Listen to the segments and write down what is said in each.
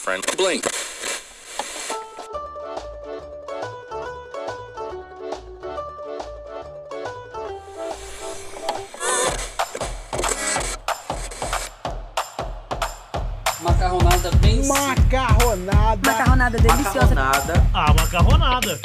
friend. Blink. Macarronada bem... Macarronada deliciosa. Macarronada.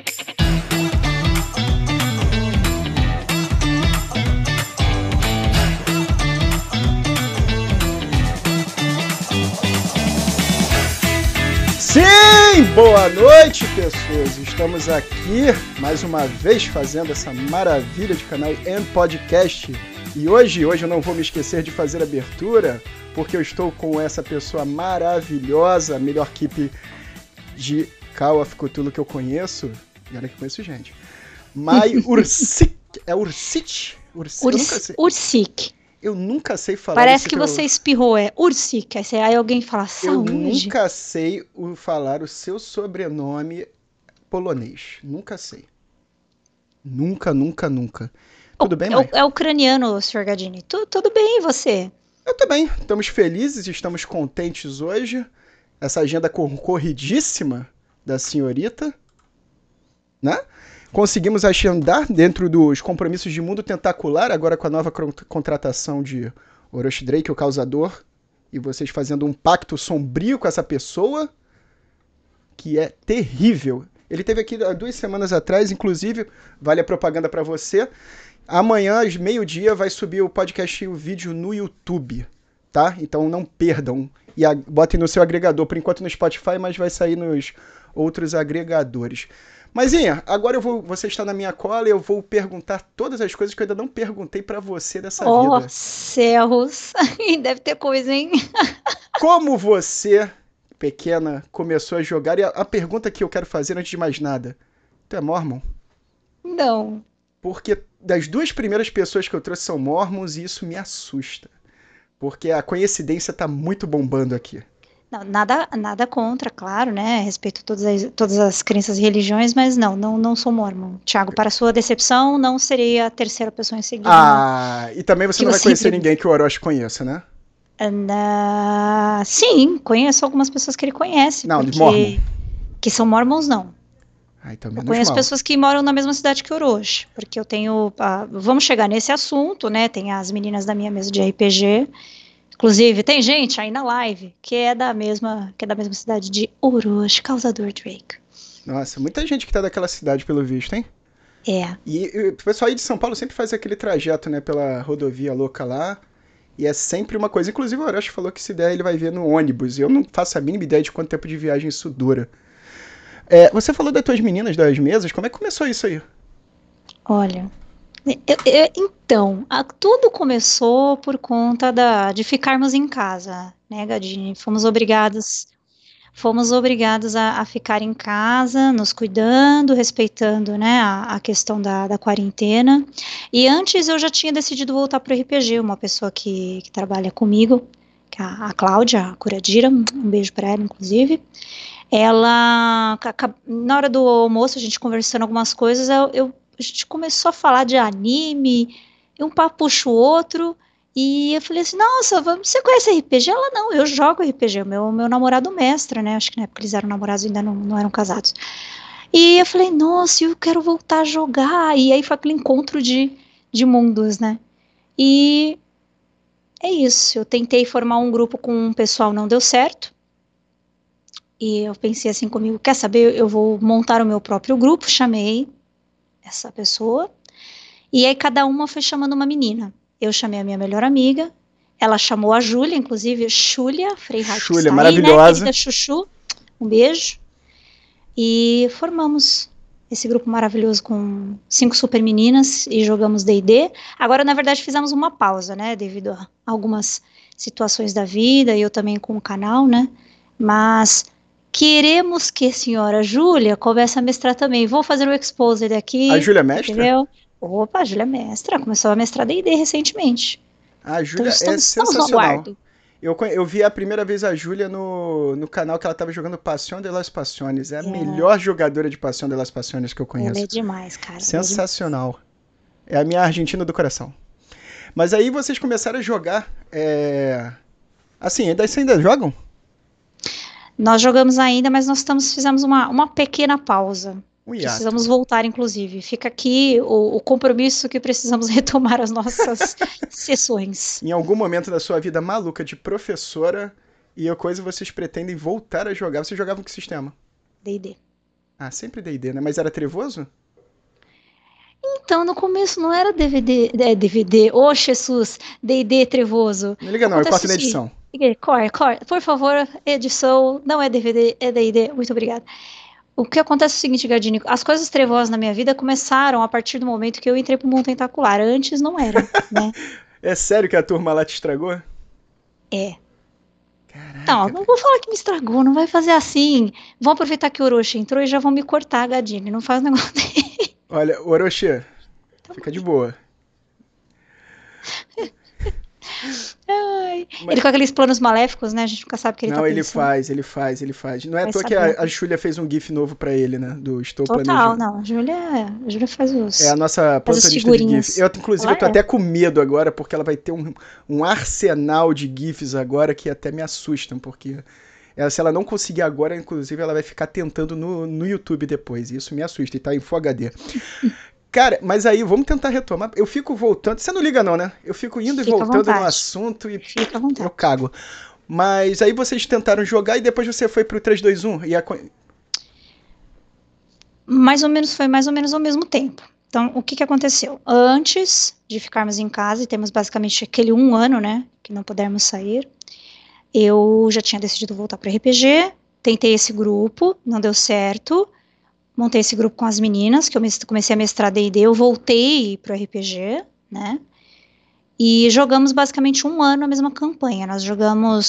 Sim! Boa noite, pessoas! Estamos aqui, mais uma vez, fazendo essa maravilha de canal e podcast. E hoje eu não vou me esquecer de fazer a abertura, porque eu estou com essa pessoa maravilhosa, a melhor equipe de Call of Cthulhu que eu conheço. E olha que conheço gente. Mai Ursic. É Ursic? Ursic. Eu nunca sei falar. Parece que você espirrou, é Ursic. Aí alguém fala saúde. Eu nunca sei falar o seu sobrenome polonês. Nunca sei. Nunca. Tudo bem, Mai? É ucraniano, Sr. Gadini. Tudo bem, e você? Eu também. Estamos felizes, estamos contentes hoje. Essa agenda corridíssima da senhorita, né? Conseguimos agendar dentro dos compromissos de Mundo Tentacular, agora com a nova contratação de Orochi Drake, o Causador, e vocês fazendo um pacto sombrio com essa pessoa, que é terrível. Ele esteve aqui há 2 semanas atrás, inclusive, vale a propaganda para você. Amanhã, às meio-dia, vai subir o podcast e o vídeo no YouTube, tá? Então não perdam. E botem no seu agregador, por enquanto no Spotify, mas vai sair nos outros agregadores. Mas, Inha, agora você está na minha cola e eu vou perguntar todas as coisas que eu ainda não perguntei pra você dessa vida. Oh, céus! Deve ter coisa, hein? Como você, pequena, começou a jogar? E a pergunta que eu quero fazer antes de mais nada. Tu é mormon? Não. Porque das 2 primeiras pessoas que eu trouxe são mormons e isso me assusta. Porque a coincidência tá muito bombando aqui. Não, nada contra, claro, né? Respeito todas as crenças e religiões, mas não sou mormon. Tiago, para sua decepção, não seria a terceira pessoa em seguida. E também você não vai conhecer ninguém que o Orochi conheça, né? Sim, conheço algumas pessoas que ele conhece. Não, de mormon. Que são mormons, não. Então eu conheço pessoas que moram na mesma cidade que Orochi, porque eu tenho... vamos chegar nesse assunto, né? Tem as meninas da minha mesa de RPG... Inclusive, tem gente aí na live que é da mesma cidade de Orochi, Causador Drake. Nossa, muita gente que tá daquela cidade, pelo visto, hein? É. E o pessoal aí de São Paulo sempre faz aquele trajeto, né, pela rodovia louca lá. E é sempre uma coisa. Inclusive o Orochi falou que se der ele vai ver no ônibus. E eu não faço a mínima ideia de quanto tempo de viagem isso dura. Você falou das tuas meninas das mesas. Como é que começou isso aí? Olha... Então, tudo começou por conta de ficarmos em casa, né, Gadini? Fomos obrigados a ficar em casa, nos cuidando, respeitando, né, a questão da quarentena. E antes eu já tinha decidido voltar para o RPG, uma pessoa que trabalha comigo, que é a Cláudia, a Curadira, um beijo para ela, inclusive. Ela, na hora do almoço, a gente conversando algumas coisas, a gente começou a falar de anime, e um papo puxa o outro, e eu falei assim, nossa, você conhece RPG? Ela, não, eu jogo RPG, o meu namorado mestra, né, acho que na época eles eram namorados e ainda não eram casados. E eu falei, nossa, eu quero voltar a jogar, e aí foi aquele encontro de mundos, né, e é isso, eu tentei formar um grupo com um pessoal, não deu certo, e eu pensei assim comigo, quer saber, eu vou montar o meu próprio grupo, chamei essa pessoa, e aí cada uma foi chamando uma menina. Eu chamei a minha melhor amiga, ela chamou a Júlia, inclusive, Júlia Freiheit. Júlia, maravilhosa. Né, Chuchu, um beijo. E formamos esse grupo maravilhoso com 5 super meninas e jogamos D&D. Agora, na verdade, fizemos uma pausa, né, devido a algumas situações da vida, e eu também com o canal, né, mas... Queremos que a senhora Júlia comece a mestrar também. Vou fazer o exposed aqui. A Júlia é mestra? Entendeu? Opa, a Júlia é mestra. Começou a mestrar D&D recentemente. A Júlia é sensacional. Eu vi a primeira vez a Júlia no canal que ela estava jogando Passion de las Passiones. É a melhor jogadora de Passion de las Passiones que eu conheço. Ela é demais, cara. Sensacional. É a minha Argentina do coração. Mas aí vocês começaram a jogar... Assim, vocês ainda jogam? Nós jogamos ainda, mas fizemos uma pequena pausa. Um hiato. Precisamos voltar, inclusive. Fica aqui o compromisso que precisamos retomar as nossas sessões. Em algum momento da sua vida maluca de professora e a coisa vocês pretendem voltar a jogar. Vocês jogavam que sistema? D&D. Ah, sempre D&D, né? Mas era trevoso? Então, no começo não era DVD. Ô, Jesus, D&D trevoso. Não liga não, eu corto na edição. Corta. Por favor, edição, não é DVD, é D&D. Muito obrigada. O que acontece é o seguinte, Gardini, as coisas trevosas na minha vida começaram a partir do momento que eu entrei pro mundo tentacular. Antes não era, né? É sério que a turma lá te estragou? É. Caraca. Não vou falar que me estragou, não vai fazer assim. Vão aproveitar que o Orochi entrou e já vão me cortar, Gardini. Não faz negócio dele. Olha, Orochi, fica de boa. Ai, ele com aqueles planos maléficos, né? A gente nunca sabe o que ele tá pensando. Ele faz. Não é à Vai toa que saber. a Júlia fez um gif novo pra ele, né? Do Estou Total, Planejando. não. A Júlia faz os... É a nossa plantonista de figurinhas. GIF. Inclusive, eu tô Ela é. até com medo agora, porque ela vai ter um arsenal de GIFs agora que até me assustam, porque se ela não conseguir agora, inclusive, ela vai ficar tentando no YouTube depois. E isso me assusta, e tá em Full HD. Cara, mas aí, vamos tentar retomar. Eu fico voltando. Você não liga, não, né? Eu fico indo e voltando no assunto e Fica à vontade. eu cago. Mas aí vocês tentaram jogar e depois você foi pro 3-2-1. Foi mais ou menos ao mesmo tempo. Então, o que aconteceu? Antes de ficarmos em casa, e temos basicamente aquele 1 ano, né? Que não pudermos sair, eu já tinha decidido voltar para RPG. Tentei esse grupo, não deu certo. Montei esse grupo com as meninas, que eu comecei a mestrar D&D, eu voltei pro RPG, né, e jogamos basicamente 1 ano a mesma campanha. Nós jogamos,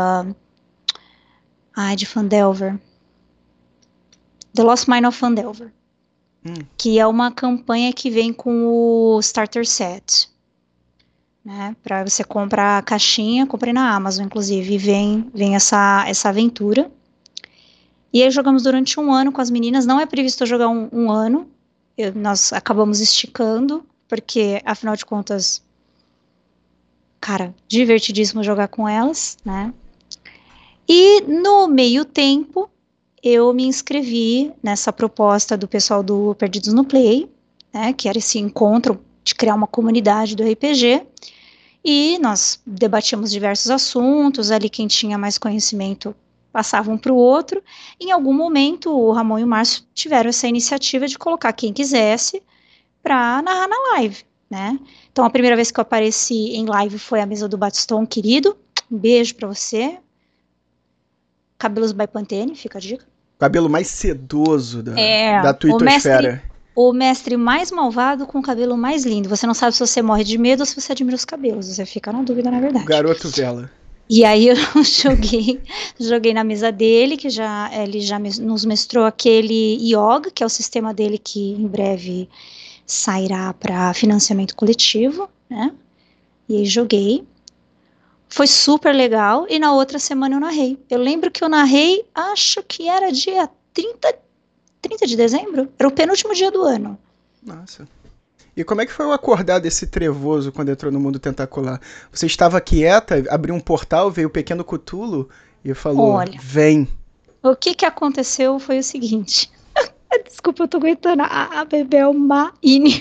de Phandelver, The Lost Mine of Phandelver, que é uma campanha que vem com o Starter Set, né, para você comprar a caixinha, comprei na Amazon, inclusive, e vem essa aventura. E aí jogamos durante 1 ano com as meninas. Não é previsto jogar um ano. Nós acabamos esticando, porque, afinal de contas, cara, divertidíssimo jogar com elas, né? E no meio tempo, eu me inscrevi nessa proposta do pessoal do Perdidos no Play, né? Que era esse encontro de criar uma comunidade do RPG. E nós debatíamos diversos assuntos. Ali, quem tinha mais conhecimento passava um para o outro. Em algum momento, o Ramon e o Márcio tiveram essa iniciativa de colocar quem quisesse para narrar na live, né? Então, a primeira vez que eu apareci em live foi a mesa do Batiston, querido. Um beijo para você. Cabelos by Pantene, fica a dica. Cabelo mais sedoso da tuitosfera. O mestre mais malvado com o cabelo mais lindo. Você não sabe se você morre de medo ou se você admira os cabelos. Você fica na dúvida, na verdade. O garoto vela. E aí eu joguei na mesa dele, que ele já nos mestrou aquele Yoga, que é o sistema dele que em breve sairá para financiamento coletivo, né? E aí joguei. Foi super legal, e na outra semana eu narrei. Eu lembro que eu narrei, acho que era dia 30 de dezembro? Era o penúltimo dia do ano. Nossa. E como é que foi o acordar desse trevoso quando entrou no mundo tentacular? Você estava quieta, abriu um portal, veio o pequeno Cthulhu e falou, olha, vem. O que aconteceu foi o seguinte. Desculpa, eu tô aguentando a Bebel Maine.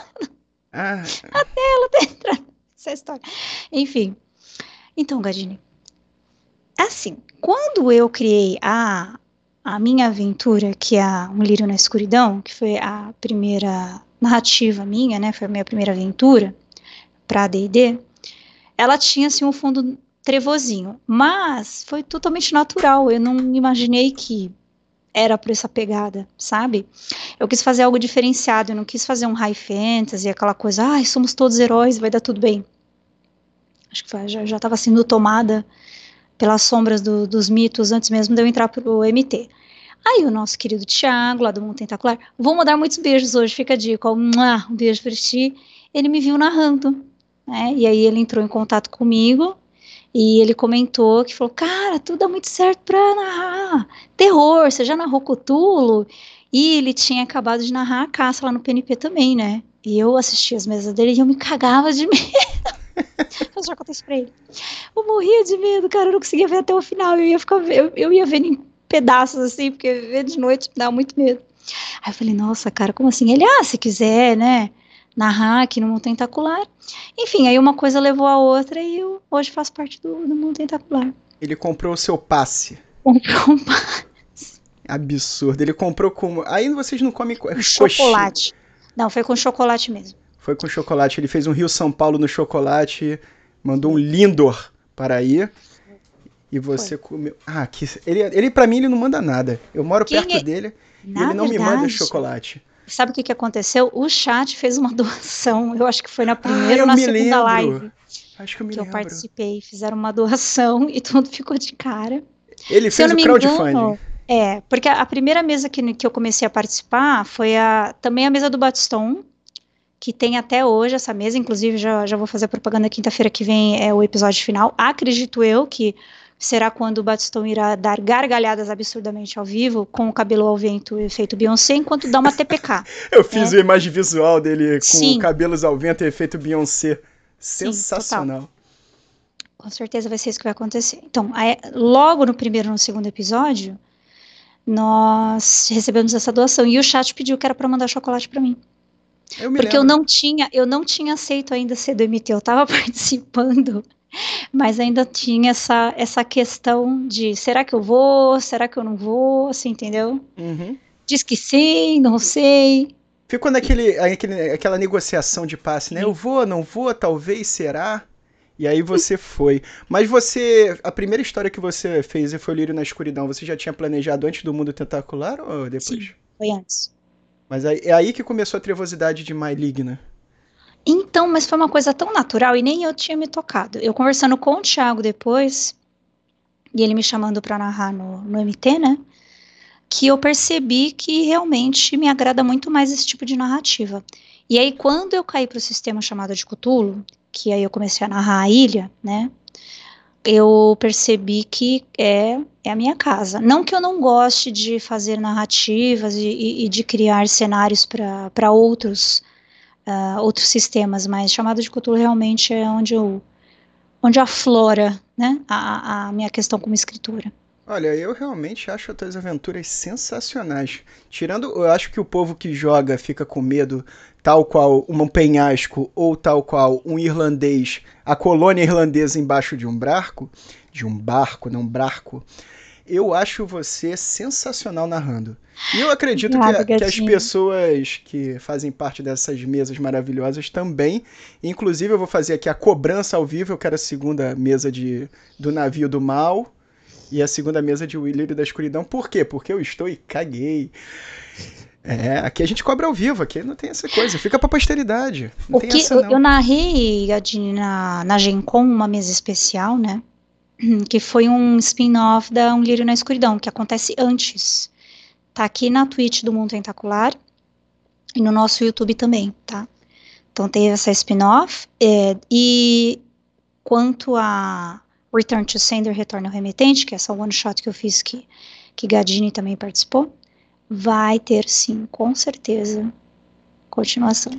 Até ela tá entrando nessa história. Enfim. Então, Gardini, assim, quando eu criei a minha aventura, que é Um Lírio na Escuridão, que foi a primeira narrativa minha, né, foi a minha primeira aventura para D&D, ela tinha, assim, um fundo trevozinho, mas foi totalmente natural, eu não imaginei que era por essa pegada, sabe? Eu quis fazer algo diferenciado, eu não quis fazer um high fantasy, aquela coisa, somos todos heróis, vai dar tudo bem. Acho que já estava sendo tomada pelas sombras dos mitos antes mesmo de eu entrar pro MT. Aí o nosso querido Thiago, lá do Mundo Tentacular, vou mandar muitos beijos hoje, fica a dica, um beijo pra ti, ele me viu narrando, né, e aí ele entrou em contato comigo, e ele comentou que falou, cara, tudo dá muito certo pra narrar terror, você já narrou Cthulhu? E ele tinha acabado de narrar a caça lá no PNP também, né, e eu assisti as mesas dele e eu me cagava de medo. Eu já contei isso pra ele. Eu morria de medo, cara, eu não conseguia ver até o final. Eu ia vendo em pedaços, assim, porque ver de noite me dava muito medo. Aí eu falei, nossa, cara, como assim? Ele, se quiser, né, narrar aqui no Mundo Tentacular. Enfim, aí uma coisa levou a outra e eu hoje faço parte do Mundo Tentacular. Ele comprou o seu passe. Comprou um Absurdo. Ele comprou com... Ainda vocês não comem chocolate. Não, foi com chocolate mesmo. Foi com chocolate. Ele fez um Rio-São Paulo no chocolate, mandou um Lindor para ir. E você comeu... Ele pra mim, ele não manda nada. Eu moro perto dele e ele não me manda chocolate. Sabe o que aconteceu? O chat fez uma doação. Eu acho que foi na primeira ou na segunda live. Acho que eu me lembro. Eu participei. Fizeram uma doação e tudo ficou de cara. Ele fez o crowdfunding. Porque a primeira mesa que eu comecei a participar foi também a mesa do Batstone, que tem até hoje essa mesa, inclusive já vou fazer propaganda quinta-feira que vem, é o episódio final. Acredito eu que será quando o Batstone irá dar gargalhadas absurdamente ao vivo, com o cabelo ao vento e efeito Beyoncé, enquanto dá uma TPK. Eu fiz a imagem visual dele com cabelos ao vento e efeito Beyoncé. Sensacional. Sim, com certeza vai ser isso que vai acontecer. Então, logo no primeiro e no segundo episódio, nós recebemos essa doação. E o chat pediu que era para mandar chocolate para mim. Porque eu não tinha aceito ainda ser do MT. Eu estava participando, mas ainda tinha essa questão de será que eu vou, será que eu não vou, assim, entendeu? Uhum. Diz que sim, não sei. Ficou aquela negociação de passe, né? Eu vou, não vou, talvez, será? E aí você foi. Mas a primeira história que você fez foi o Lírio na Escuridão. Você já tinha planejado antes do Mundo Tentacular ou depois? Sim, foi antes. Mas é aí que começou a trevosidade de Maligna. Então, mas foi uma coisa tão natural e nem eu tinha me tocado. Eu conversando com o Thiago depois, e ele me chamando para narrar no MT, né? Que eu percebi que realmente me agrada muito mais esse tipo de narrativa. E aí, quando eu caí para o sistema chamado de Cthulhu, que aí eu comecei a narrar a ilha, né? Eu percebi que é a minha casa. Não que eu não goste de fazer narrativas e de criar cenários para outros sistemas, mas chamado de Cthulhu realmente é onde aflora, né, a minha questão como escritora. Olha, eu realmente acho as tuas aventuras sensacionais. Eu acho que o povo que joga fica com medo, tal qual um penhasco ou tal qual um irlandês, a colônia irlandesa embaixo de um barco, não barco. Eu acho você sensacional narrando. E eu acredito que as pessoas que fazem parte dessas mesas maravilhosas também. Inclusive, eu vou fazer aqui a cobrança ao vivo. Eu quero a segunda mesa do Navio do Mal. E a segunda mesa de Lírio da Escuridão. Por quê? Porque eu estou e caguei. Aqui a gente cobra ao vivo, aqui não tem essa coisa. Fica pra posteridade. Eu narrei, na Gen Con, uma mesa especial, né? Que foi um spin-off da Um Lírio na Escuridão, que acontece antes. Tá aqui na Twitch do Mundo Tentacular e no nosso YouTube também, tá? Então teve essa spin-off. E quanto a Return to Sender, Retorno ao Remetente, que é essa one shot que eu fiz que Gadini também participou, vai ter sim, com certeza, continuação.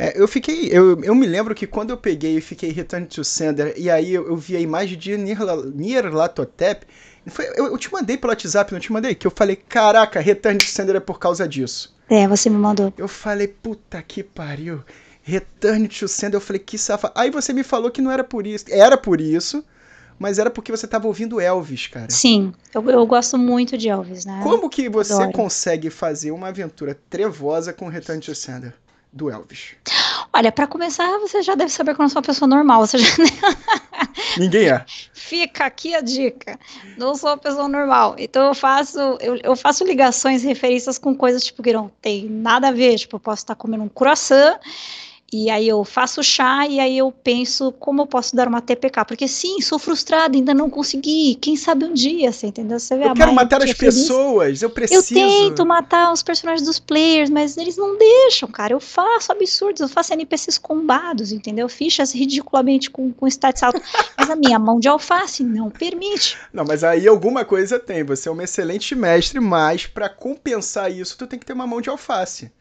Eu me lembro que quando eu peguei e fiquei Return to Sender, e aí eu vi a imagem de Nyarlathotep, eu te mandei pelo WhatsApp, não te mandei? Que eu falei, caraca, Return to Sender é por causa disso. Você me mandou. Eu falei, puta que pariu, Return to Sender, eu falei, que safado. Aí você me falou que não era por isso. Era por isso, mas era porque você estava ouvindo Elvis, cara. Sim, eu gosto muito de Elvis, né? Como que você consegue fazer uma aventura trevosa com Return to Sender do Elvis? Olha, para começar, você já deve saber que eu não sou uma pessoa normal. Você já... Ninguém é. Fica aqui a dica. Não sou uma pessoa normal. Então eu faço ligações, referências com coisas tipo que não tem nada a ver. Tipo, eu posso estar comendo um croissant e aí eu faço chá e aí eu penso como eu posso dar uma TPK. Porque sim, sou frustrada, ainda não consegui. Quem sabe um dia, você entendeu? Você vê eu quero matar as pessoas, eu preciso. Eu tento matar os personagens dos players, mas eles não deixam, cara. Eu faço absurdos, eu faço NPCs combados, entendeu? Fichas ridiculamente com stats altos. Mas a minha mão de alface não permite. Não, mas aí alguma coisa tem. Você é uma excelente mestre, mas pra compensar isso, tu tem que ter uma mão de alface.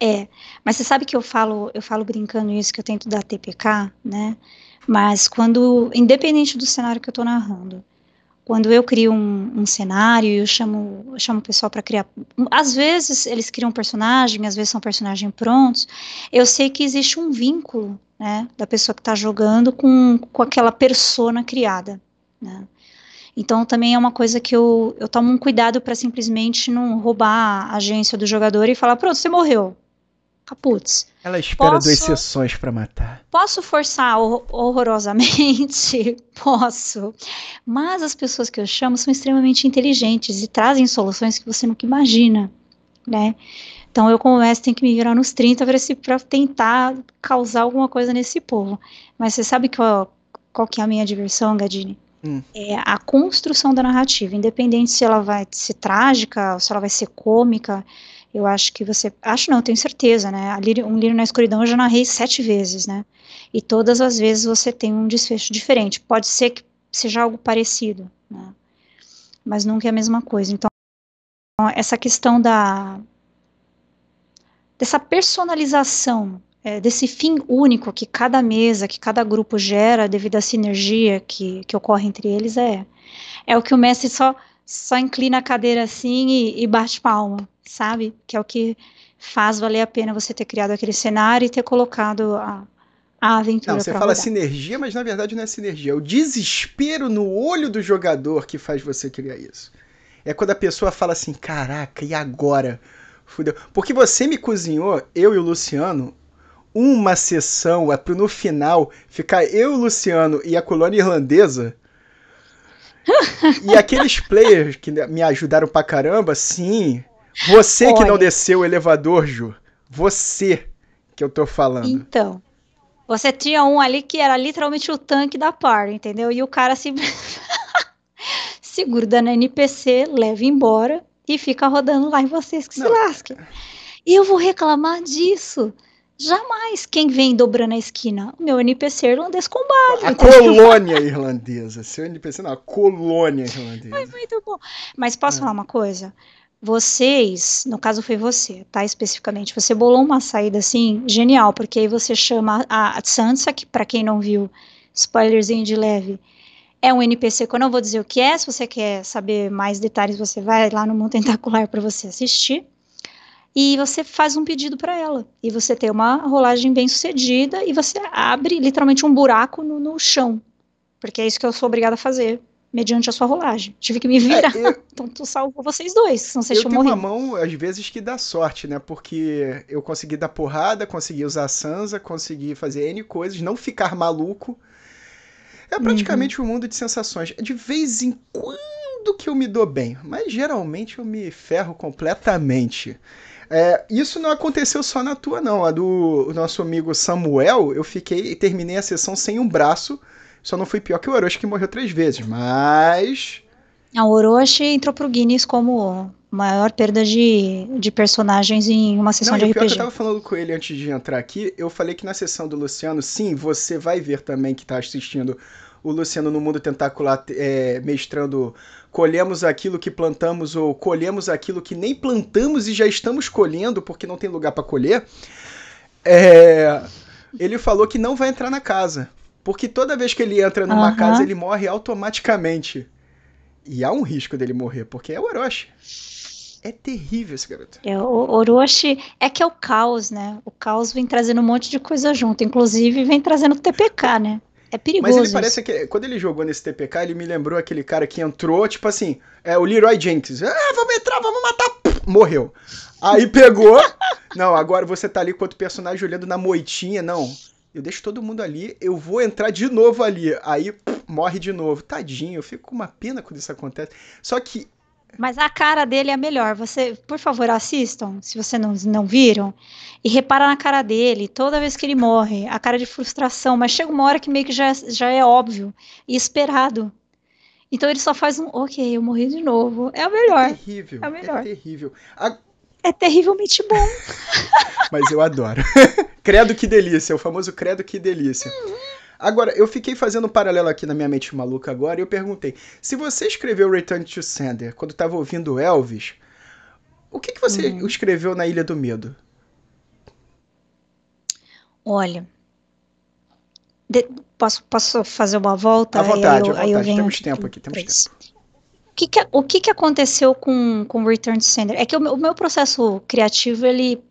Mas você sabe que eu falo brincando isso, que eu tento dar TPK, né? Mas quando, independente do cenário que eu tô narrando, quando eu crio um cenário, eu chamo o pessoal para criar. Às vezes eles criam um personagem, às vezes são personagens prontos. Eu sei que existe um vínculo, né, da pessoa que está jogando com aquela persona criada, né? Então também é uma coisa que eu tomo um cuidado para simplesmente não roubar a agência do jogador e falar, pronto, você morreu. Caputz. Ela espera 2 Posso, sessões pra matar. posso forçar horrorosamente? Posso. Mas as pessoas que eu chamo são extremamente inteligentes e trazem soluções que você nunca imagina, né? Então eu, como mestre, tenho que me virar nos 30 para tentar causar alguma coisa nesse povo. Mas você sabe qual que é a minha diversão, Gadini? É a construção da narrativa, independente se ela vai ser trágica ou se ela vai ser cômica. Eu acho que você. Acho não, tenho certeza, né? Um Lírio na Escuridão eu já narrei 7 vezes, né? E todas as vezes você tem um desfecho diferente. Pode ser que seja algo parecido, né? Mas nunca é a mesma coisa. Então, essa questão dessa personalização, desse fim único que cada mesa, que cada grupo gera devido à sinergia que ocorre entre eles, é o que o mestre só inclina a cadeira assim e bate palma, sabe? Que é o que faz valer a pena você ter criado aquele cenário e ter colocado a Não, aventura você para fala rodar. sinergia, mas na verdade não é sinergia. É o desespero no olho do jogador que faz você criar isso. É quando a pessoa fala assim, caraca, e agora? Fudeu. Porque você me cozinhou, eu e o Luciano, uma sessão, pro no final ficar eu, o Luciano e a colônia irlandesa. E aqueles players que me ajudaram pra caramba, sim. Você que não Olha, desceu o elevador, Ju. Você que eu tô falando. então, você tinha um ali que era literalmente o tanque da par, entendeu? E o cara se gruda na NPC, leva embora e fica rodando lá em vocês que se Não, lasquem. E eu vou reclamar disso. Jamais quem vem dobrando a esquina. O meu NPC irlandês combate, a entendeu? colônia irlandesa. Seu NPC não, a colônia irlandesa. Muito bom. Mas posso É. falar uma coisa? Vocês, no caso foi você, tá? Especificamente, você bolou uma saída assim genial, porque aí você chama a Sansa, que para quem não viu, spoilerzinho de leve, é um NPC que eu não vou dizer o que é. Se você quer saber mais detalhes, você vai lá no Mundo Tentacular para você assistir. E você faz um pedido para ela. E você tem uma rolagem bem sucedida e você abre literalmente um buraco no chão. Porque é isso que eu sou obrigada a fazer, mediante a sua rolagem. Tive que me É, virar. Então tu salvou vocês dois, senão vocês eu tinham tenho uma morrido. mão, às vezes, que dá sorte, né? Porque eu consegui dar porrada, consegui usar a Sansa, consegui fazer N coisas, não ficar maluco. É Uhum. praticamente um mundo de sensações. De vez em quando que eu me dou bem, mas geralmente eu me ferro completamente. Isso não aconteceu só na tua, não. A do nosso amigo Samuel, eu terminei a sessão sem um braço. Só não fui pior que o Orochi, que morreu 3 vezes. Mas. A Orochi entrou pro Guinness como maior perda de personagens em uma Não, sessão e de o pior é que eu RPG. tava falando com ele antes de entrar aqui, eu falei que na sessão do Luciano, sim, você vai ver também que tá assistindo o Luciano no Mundo Tentacular mestrando colhemos aquilo que plantamos ou colhemos aquilo que nem plantamos e já estamos colhendo porque não tem lugar para colher. É, ele falou que não vai entrar na casa, porque toda vez que ele entra numa casa Aham. ele morre automaticamente. E há um risco dele morrer, porque é o Orochi. É terrível esse garoto. O Orochi é que é o caos, né? O caos vem trazendo um monte de coisa junto, inclusive vem trazendo TPK, né? É Mas ele perigoso parece isso. que, quando ele jogou nesse TPK, ele me lembrou aquele cara que entrou, tipo assim, o Leroy Jenkins. Ah, vamos entrar, vamos matar. Pff, morreu. Aí pegou. Não, agora você tá ali com outro personagem olhando na moitinha. Não, eu deixo todo mundo ali, eu vou entrar de novo ali. Aí morre de novo. Tadinho, eu fico com uma pena quando isso acontece. Só que Mas a cara dele é a melhor. Você, por favor, assistam, se você não viram, e repara na cara dele, toda vez que ele morre, a cara de frustração, mas chega uma hora que meio que já é óbvio e esperado. Então ele só faz um, ok, eu morri de novo. É o é melhor. É terrível, o é melhor. terrível. É terrivelmente bom. Mas eu adoro. Credo que delícia, o famoso credo que delícia. Agora, eu fiquei fazendo um paralelo aqui na minha mente maluca agora e eu perguntei, se você escreveu Return to Sender quando estava ouvindo Elvis, o que você Uhum. escreveu na Ilha do Medo? Olha, de- posso fazer uma volta? À vontade, à Aí eu vontade. venho Temos tempo aqui, pra temos isso. tempo. O que aconteceu com o Return to Sender? É que o meu processo criativo, ele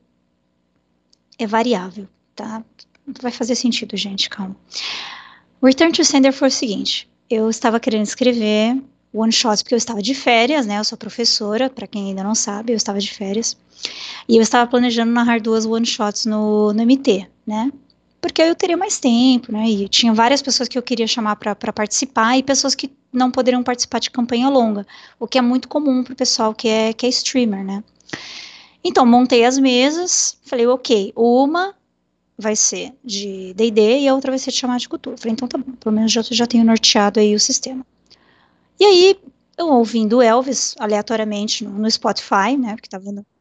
é variável, tá? Vai fazer sentido, gente, calma. O Return to Sender foi o seguinte, eu estava querendo escrever one-shots, porque eu estava de férias, né? Eu sou professora, para quem ainda não sabe, eu estava de férias. E eu estava planejando narrar 2 one-shots no MT, né? Porque eu teria mais tempo, né? E tinha várias pessoas que eu queria chamar para participar e pessoas que não poderiam participar de campanha longa, o que é muito comum para o pessoal que é streamer, né? Então, montei as mesas, falei, ok, uma vai ser de D&D e a outra vai ser de chamada de cultura. Falei, então tá bom, pelo menos já tenho norteado aí o sistema. E aí, eu ouvindo Elvis, aleatoriamente, no Spotify, né, porque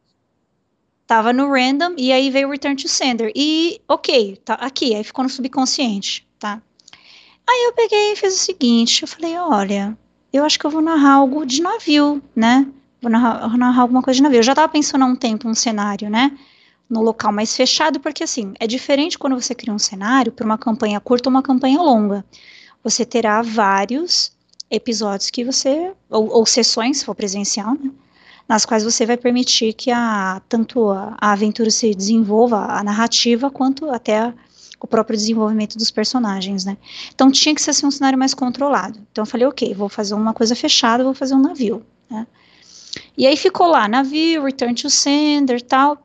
tava no random, e aí veio o Return to Sender. E, ok, tá aqui, aí ficou no subconsciente, tá? Aí eu peguei e fiz o seguinte, eu falei, olha, eu acho que eu vou narrar algo de navio, né? Vou narrar alguma coisa de navio. Eu já tava pensando há um tempo um cenário, né? No local mais fechado, porque assim, é diferente quando você cria um cenário para uma campanha curta ou uma campanha longa. Você terá vários episódios que você, ou sessões, se for presencial, né? Nas quais você vai permitir que tanto a aventura se desenvolva, a narrativa, quanto até o próprio desenvolvimento dos personagens, né? Então tinha que ser assim, um cenário mais controlado. Então eu falei, ok, vou fazer uma coisa fechada, vou fazer um navio, né? E aí ficou lá, navio, Return to Sender, tal.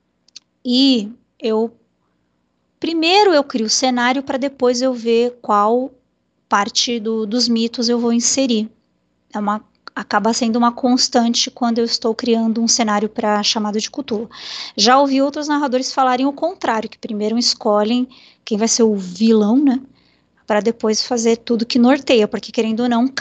E primeiro eu crio o cenário para depois eu ver qual parte dos mitos eu vou inserir. Acaba sendo uma constante quando eu estou criando um cenário para chamada de Cthulhu. Já ouvi outros narradores falarem o contrário, que primeiro escolhem quem vai ser o vilão, né? Para depois fazer tudo que norteia, porque querendo ou não,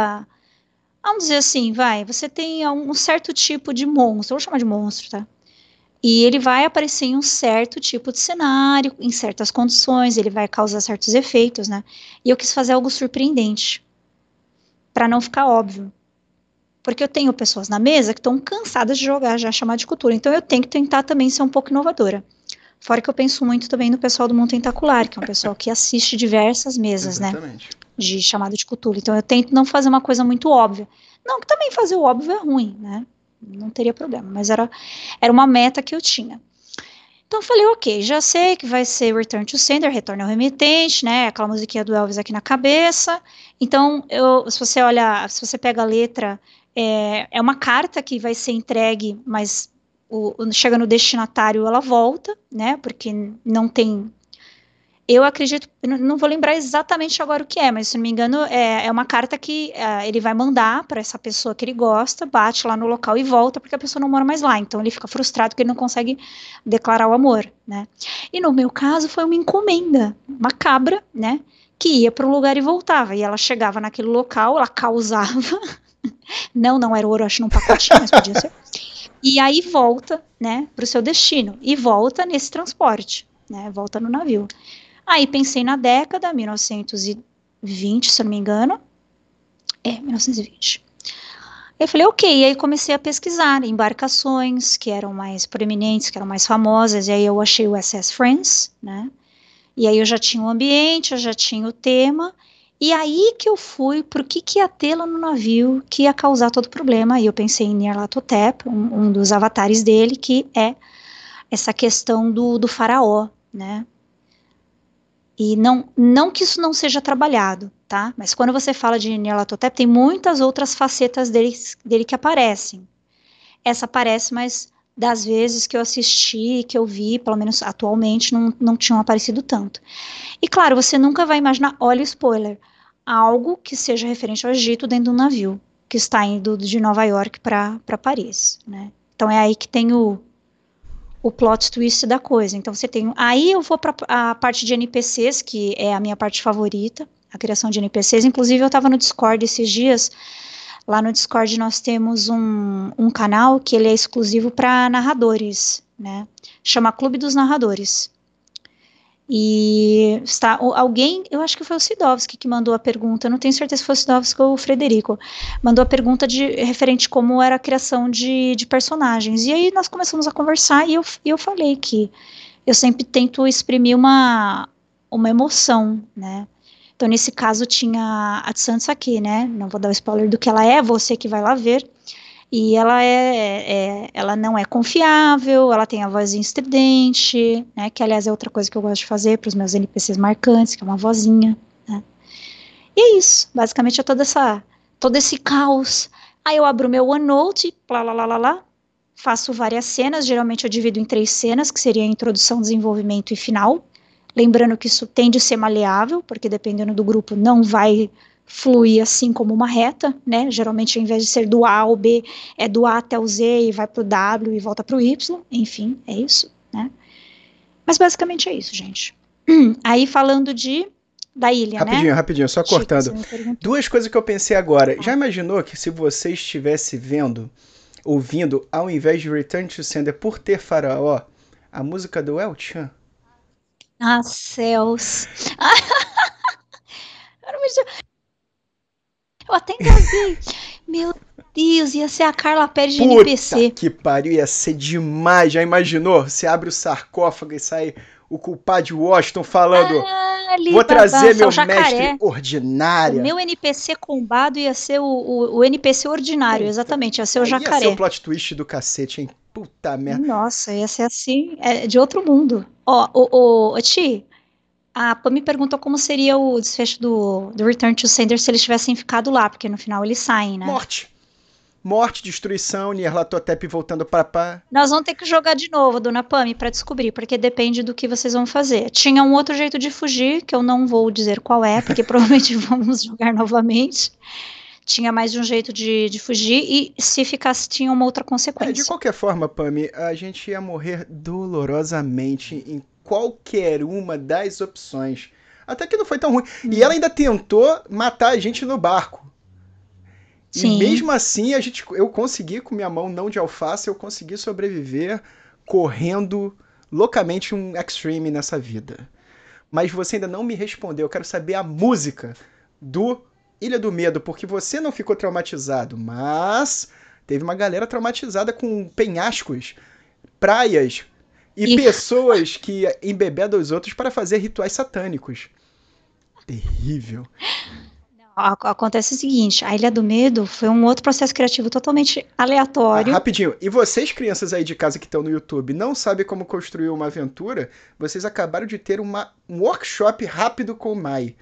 vamos dizer assim, você tem um certo tipo de monstro, eu vou chamar de monstro, tá? E ele vai aparecer em um certo tipo de cenário, em certas condições, ele vai causar certos efeitos, né? E eu quis fazer algo surpreendente, para não ficar óbvio. Porque eu tenho pessoas na mesa que estão cansadas de jogar já chamada de cultura, então eu tenho que tentar também ser um pouco inovadora. Fora que eu penso muito também no pessoal do Mundo Tentacular, que é um pessoal que assiste diversas mesas, Exatamente. né? De chamada de cultura. Então eu tento não fazer uma coisa muito óbvia. Não, que também fazer o óbvio é ruim, né? Não teria problema, mas era uma meta que eu tinha. Então eu falei, ok, já sei que vai ser Return to Sender, retorno ao remetente, né? Aquela musiquinha do Elvis aqui na cabeça. Então, se você pega a letra, é uma carta que vai ser entregue, mas chega no destinatário, ela volta, né? Porque não tem. Eu acredito, não vou lembrar exatamente agora o que é, mas se não me engano, é uma carta que ele vai mandar para essa pessoa que ele gosta, bate lá no local e volta, porque a pessoa não mora mais lá. Então ele fica frustrado porque ele não consegue declarar o amor, né? E no meu caso foi uma encomenda, uma cabra, né? Que ia para um lugar e voltava. E ela chegava naquele local, ela causava. Não era ouro, acho num pacotinho, mas podia ser. E aí volta, né, para o seu destino. E volta nesse transporte, né? Volta no navio. Aí pensei na década, 1920, se eu não me engano. 1920. Eu falei, ok, e aí comecei a pesquisar embarcações que eram mais proeminentes, que eram mais famosas, e aí eu achei o SS France, né? E aí eu já tinha o ambiente, eu já tinha o tema, e aí que eu fui pro que ia ter lá no navio, que ia causar todo o problema, e eu pensei em Nyarlathotep, um dos avatares dele, que é essa questão do faraó, né? E não que isso não seja trabalhado, tá? Mas quando você fala de Nyarlathotep, tem muitas outras facetas dele que aparecem. Essa aparece, mas das vezes que eu assisti, que eu vi, pelo menos atualmente, não tinham aparecido tanto. E claro, você nunca vai imaginar, olha o spoiler, algo que seja referente ao Egito dentro de um navio, que está indo de Nova York para Paris, né? Então é aí que tem o plot twist da coisa. Então você tem. Aí eu vou para a parte de NPCs, que é a minha parte favorita, a criação de NPCs. Inclusive, eu estava no Discord esses dias. Lá no Discord nós temos um canal que ele é exclusivo para narradores, né? Chama Clube dos Narradores. E está alguém, eu acho que foi o Sidovski que mandou a pergunta, não tenho certeza se foi o Sidovski ou o Frederico, mandou a pergunta referente como era a criação de personagens. E aí nós começamos a conversar e eu falei que eu sempre tento exprimir uma emoção, né? Então, nesse caso, tinha a Sansa aqui, né? Não vou dar o spoiler do que ela é, você que vai lá ver. E ela ela não é confiável, ela tem a vozinha estridente, né? Que, aliás, é outra coisa que eu gosto de fazer para os meus NPCs marcantes, que é uma vozinha, né? E é isso. Basicamente, é todo esse caos. Aí eu abro meu OneNote, lá, faço várias cenas, geralmente eu divido em 3 cenas, que seria a introdução, desenvolvimento e final. Lembrando que isso tende a ser maleável, porque dependendo do grupo não vai fluir assim como uma reta, né? Geralmente, ao invés de ser do A ao B, é do A até o Z e vai para o W e volta para o Y. Enfim, é isso, né? Mas basicamente é isso, gente. Aí falando da ilha, Rapidinho, só Chico, cortando. você me perguntou. 2 coisas que eu pensei agora. Já imaginou que se você estivesse ouvindo, ao invés de Return to Sender por ter Faraó, a música do El Chan? Ah, céus. Eu até engasguei. Meu Deus, ia ser a Carla Pérez de NPC. Puta que pariu, ia ser demais. Já imaginou? Você abre o sarcófago e sai o culpado de Washington falando: vou trazer meu mestre O ordinário. meu NPC combado ia ser o NPC ordinário, exatamente, ia ser o jacaré. Ia ser o plot twist do cacete, hein? Puta merda. Nossa, ia ser assim, de outro mundo. Ó, Ti, a Pam me perguntou como seria o desfecho do Return to Sender se eles tivessem ficado lá, porque no final eles saem, né? Morte, destruição, Nyarlathotep voltando pra pá. Nós vamos ter que jogar de novo, dona Pami, pra descobrir, porque depende do que vocês vão fazer. Tinha um outro jeito de fugir, que eu não vou dizer qual é, porque provavelmente vamos jogar novamente. Tinha mais de um jeito de fugir, e se ficasse, tinha uma outra consequência. De qualquer forma, Pami, a gente ia morrer dolorosamente em qualquer uma das opções. Até que não foi tão ruim. E ela ainda tentou matar a gente no barco. Sim. E mesmo assim, eu consegui, com minha mão não de alface, eu consegui sobreviver correndo loucamente um extreme nessa vida. Mas você ainda não me respondeu. Eu quero saber a música do Ilha do Medo, porque você não ficou traumatizado, mas teve uma galera traumatizada com penhascos, praias e pessoas que embebedam os outros para fazer rituais satânicos. Terrível. Acontece o seguinte, a Ilha do Medo foi um outro processo criativo totalmente aleatório. Rapidinho, e vocês, crianças aí de casa que estão no YouTube, não sabem como construir uma aventura? Vocês acabaram de ter um workshop rápido com o Mai.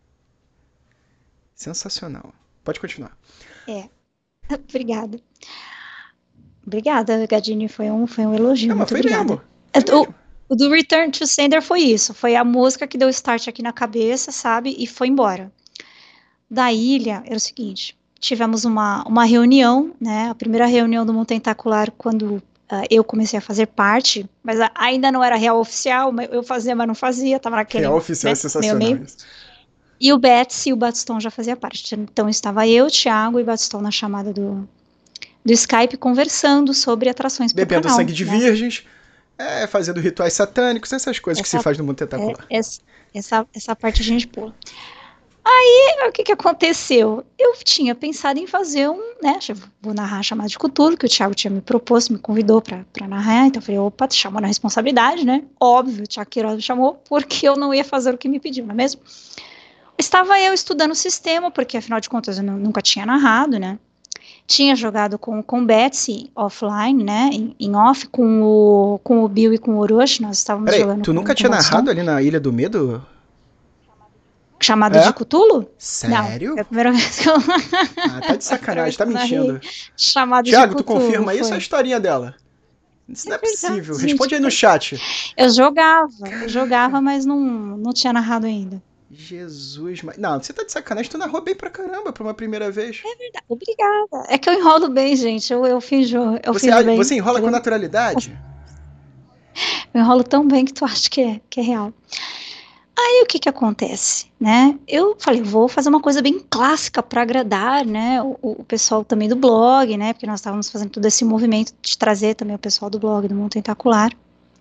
Sensacional. Pode continuar. Obrigada. Obrigada, Gadini, foi um elogio. Não, muito foi obrigada. Mesmo. O do Return to Sender foi isso, foi a música que deu start aqui na cabeça, sabe, e foi embora. Da ilha, era o seguinte, tivemos uma reunião, né, a primeira reunião do Mundo Tentacular, quando eu comecei a fazer parte, mas ainda não era real oficial, eu fazia, mas não fazia, tava naquele... Real oficial, né, é sensacional meio. E o Betsy e o Batiston já fazia parte, então estava eu, Thiago e Batiston na chamada do Skype, conversando sobre atrações pro bebendo canal, sangue de virgens, fazendo rituais satânicos, essas coisas que se faz no Mundo Tentacular. Essa parte a gente pula. Aí, o que aconteceu? Eu tinha pensado em fazer vou narrar a chamada de Cthulhu, que o Thiago tinha me proposto, me convidou pra narrar, então eu falei, opa, te chamou na responsabilidade, né? Óbvio, o Thiago Queiroz me chamou, porque eu não ia fazer o que me pediu, não é mesmo? Estava eu estudando o sistema, porque afinal de contas eu nunca tinha narrado, né? Tinha jogado com o Betsy offline, né? Em off, com o Bill e com o Orochi, nós estávamos jogando. Tu nunca tinha narrado ali na Ilha do Medo? Chamado de Cthulhu? Sério? Não, é a primeira vez que eu... tá de sacanagem, tá mentindo. Chamado Thiago, de Cthulhu, tu confirma isso ou a historinha dela? Isso não é possível. Gente, responde aí no chat. Eu jogava, mas não tinha narrado ainda. Jesus, mas... Não, você tá de sacanagem, tu narrou bem pra caramba pra uma primeira vez. É verdade, obrigada. É que eu enrolo bem, gente, eu finjo bem. Você enrola com naturalidade? Eu enrolo tão bem que tu acha que é real. Aí o que acontece, né? Eu falei, vou fazer uma coisa bem clássica para agradar, né? O pessoal também do blog, né? Porque nós estávamos fazendo todo esse movimento de trazer também o pessoal do blog do Mundo Tentacular.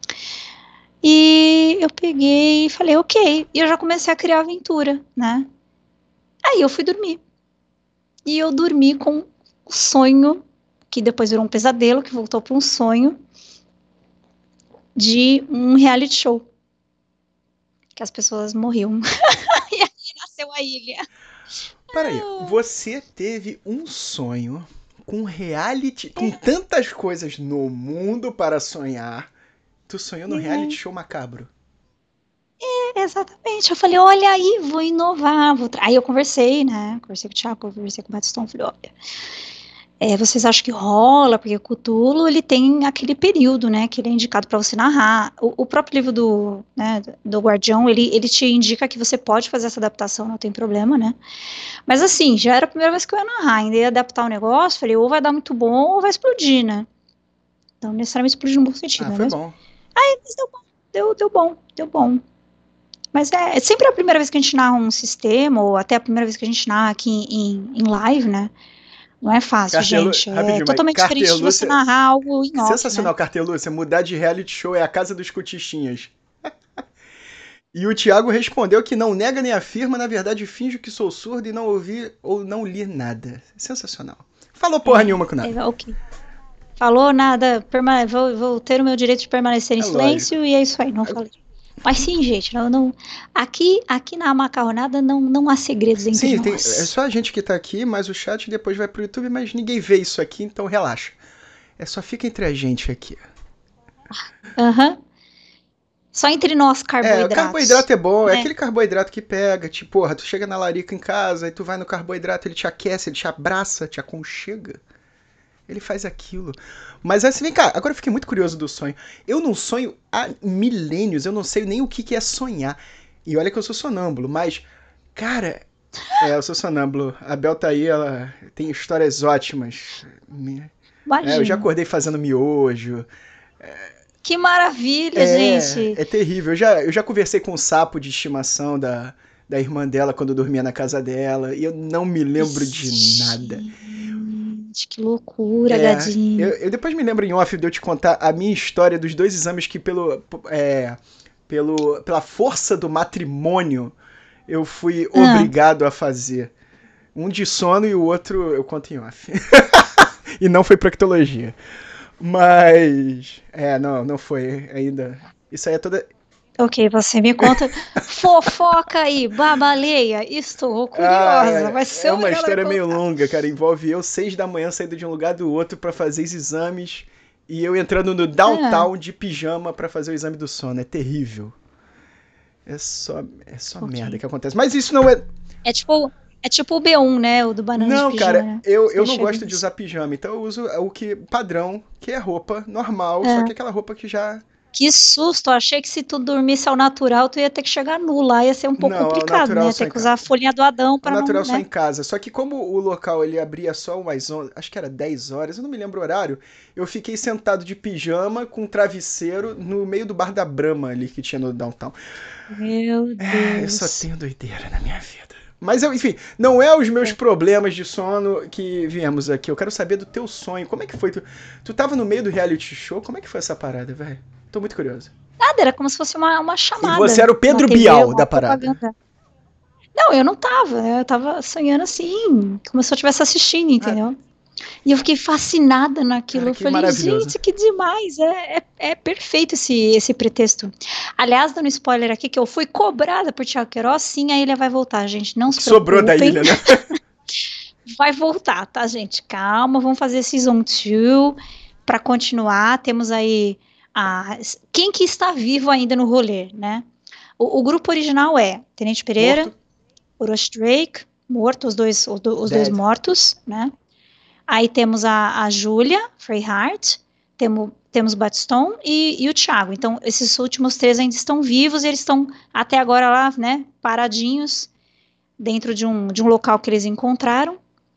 E eu peguei e falei, ok. E eu já comecei a criar aventura, né? Aí eu fui dormir. E eu dormi com um sonho, que depois virou um pesadelo, que voltou para um sonho, de um reality show. Que as pessoas morriam. E aí nasceu a ilha. Peraí, você teve um sonho com reality, com tantas coisas no mundo para sonhar. Tu sonhou no reality show macabro. Exatamente. Eu falei, olha aí, vou inovar. Aí eu conversei, né? Conversei com o Thiago, conversei com o Batistão. Falei, olha, vocês acham que rola? Porque o Cthulhu, ele tem aquele período, né? Que ele é indicado para você narrar. O próprio livro do Guardião, ele te indica que você pode fazer essa adaptação, não tem problema, né? Mas assim, já era a primeira vez que eu ia narrar. Ainda ia adaptar o negócio. Falei, ou vai dar muito bom, ou vai explodir, né? Não necessariamente explodir no bom sentido, né? Foi bom. Mas deu bom. Mas é sempre a primeira vez que a gente narra um sistema, ou até a primeira vez que a gente narra aqui em live, né? Não é fácil, gente. É totalmente diferente de você narrar algo em off, sensacional, né? Cartelúcia. Mudar de reality show é a casa dos cutichinhas. E o Thiago respondeu que não nega nem afirma, na verdade finjo que sou surdo e não ouvi ou não li nada. Sensacional. Falou porra nenhuma com nada. Ok. Falou nada, vou ter o meu direito de permanecer em silêncio, lógico. E é isso aí, não falei. Mas sim, gente, aqui na Macarronada não há segredos entre nós. Sim, é só a gente que tá aqui, mas o chat depois vai pro YouTube, mas ninguém vê isso aqui, então relaxa. Só fica entre a gente aqui. Aham. Só entre nós, carboidratos. O carboidrato é bom, é aquele carboidrato que pega, tipo, porra, tu chega na larica em casa, aí tu vai no carboidrato, ele te aquece, ele te abraça, te aconchega. Ele faz aquilo. Mas assim, vem cá, agora eu fiquei muito curioso do sonho. Eu não sonho há milênios, eu não sei nem o que é sonhar. E olha que eu sou sonâmbulo, mas, cara, eu sou sonâmbulo. A Bel tá aí, ela tem histórias ótimas. Eu já acordei fazendo miojo. Que maravilha, gente! É terrível. Eu já conversei com o sapo de estimação da irmã dela quando eu dormia na casa dela, e eu não me lembro de nada. Que loucura, Gadinho. Eu depois me lembro em off de eu te contar a minha história dos 2 exames que pela força do matrimônio eu fui obrigado a fazer. Um de sono e o outro eu conto em off. E não foi proctologia. Mas... não foi ainda. Isso aí é toda... Ok, você me conta. Fofoca aí, babaleia. Estou curiosa. Vai ser uma história meio longa, cara. Envolve eu 6 da manhã saindo de um lugar do outro pra fazer os exames e eu entrando no downtown de pijama pra fazer o exame do sono. É terrível. É só merda que acontece. Mas isso não é... É tipo o B1, né? O do banana de pijama. Não, cara, eu não gosto de usar pijama. Então eu uso o padrão, que é roupa normal, só que aquela roupa que já... Que susto, achei que se tu dormisse ao natural, tu ia ter que chegar nu lá, ia ser um pouco complicado, né? Ter que usar a folhinha do Adão pra não... O natural só em casa, só que como o local ele abria só umas 11, acho que era 10 horas, eu não me lembro o horário, eu fiquei sentado de pijama com um travesseiro no meio do bar da Brahma ali que tinha no downtown. Meu Deus. Eu só tenho doideira na minha vida. Mas, enfim, não é os meus problemas de sono que viemos aqui. Eu quero saber do teu sonho. Como é que foi? Tu tava no meio do reality show? Como é que foi essa parada, velho? Tô muito curioso. Nada, era como se fosse uma chamada. E você era o Pedro Bial da parada. Não, eu não tava. Eu tava sonhando assim, como se eu estivesse assistindo, entendeu? E eu fiquei fascinada naquilo. Cara, eu falei, gente, que demais. É perfeito esse pretexto. Aliás, dando spoiler aqui, que eu fui cobrada por Thiago Queiroz, sim, a ilha vai voltar, gente. Não se preocupem. Sobrou da ilha, né? Vai voltar, tá, gente? Calma, vamos fazer Season 2 para continuar. Temos aí quem que está vivo ainda no rolê, né? O grupo original é Tenente Pereira, Orochi Drake, morto, os dois mortos, né? Aí temos a Júlia Freyhart, temos o Batistão e o Thiago. Então, esses últimos 3 ainda estão vivos e eles estão até agora lá, né, paradinhos dentro de um local que eles encontraram.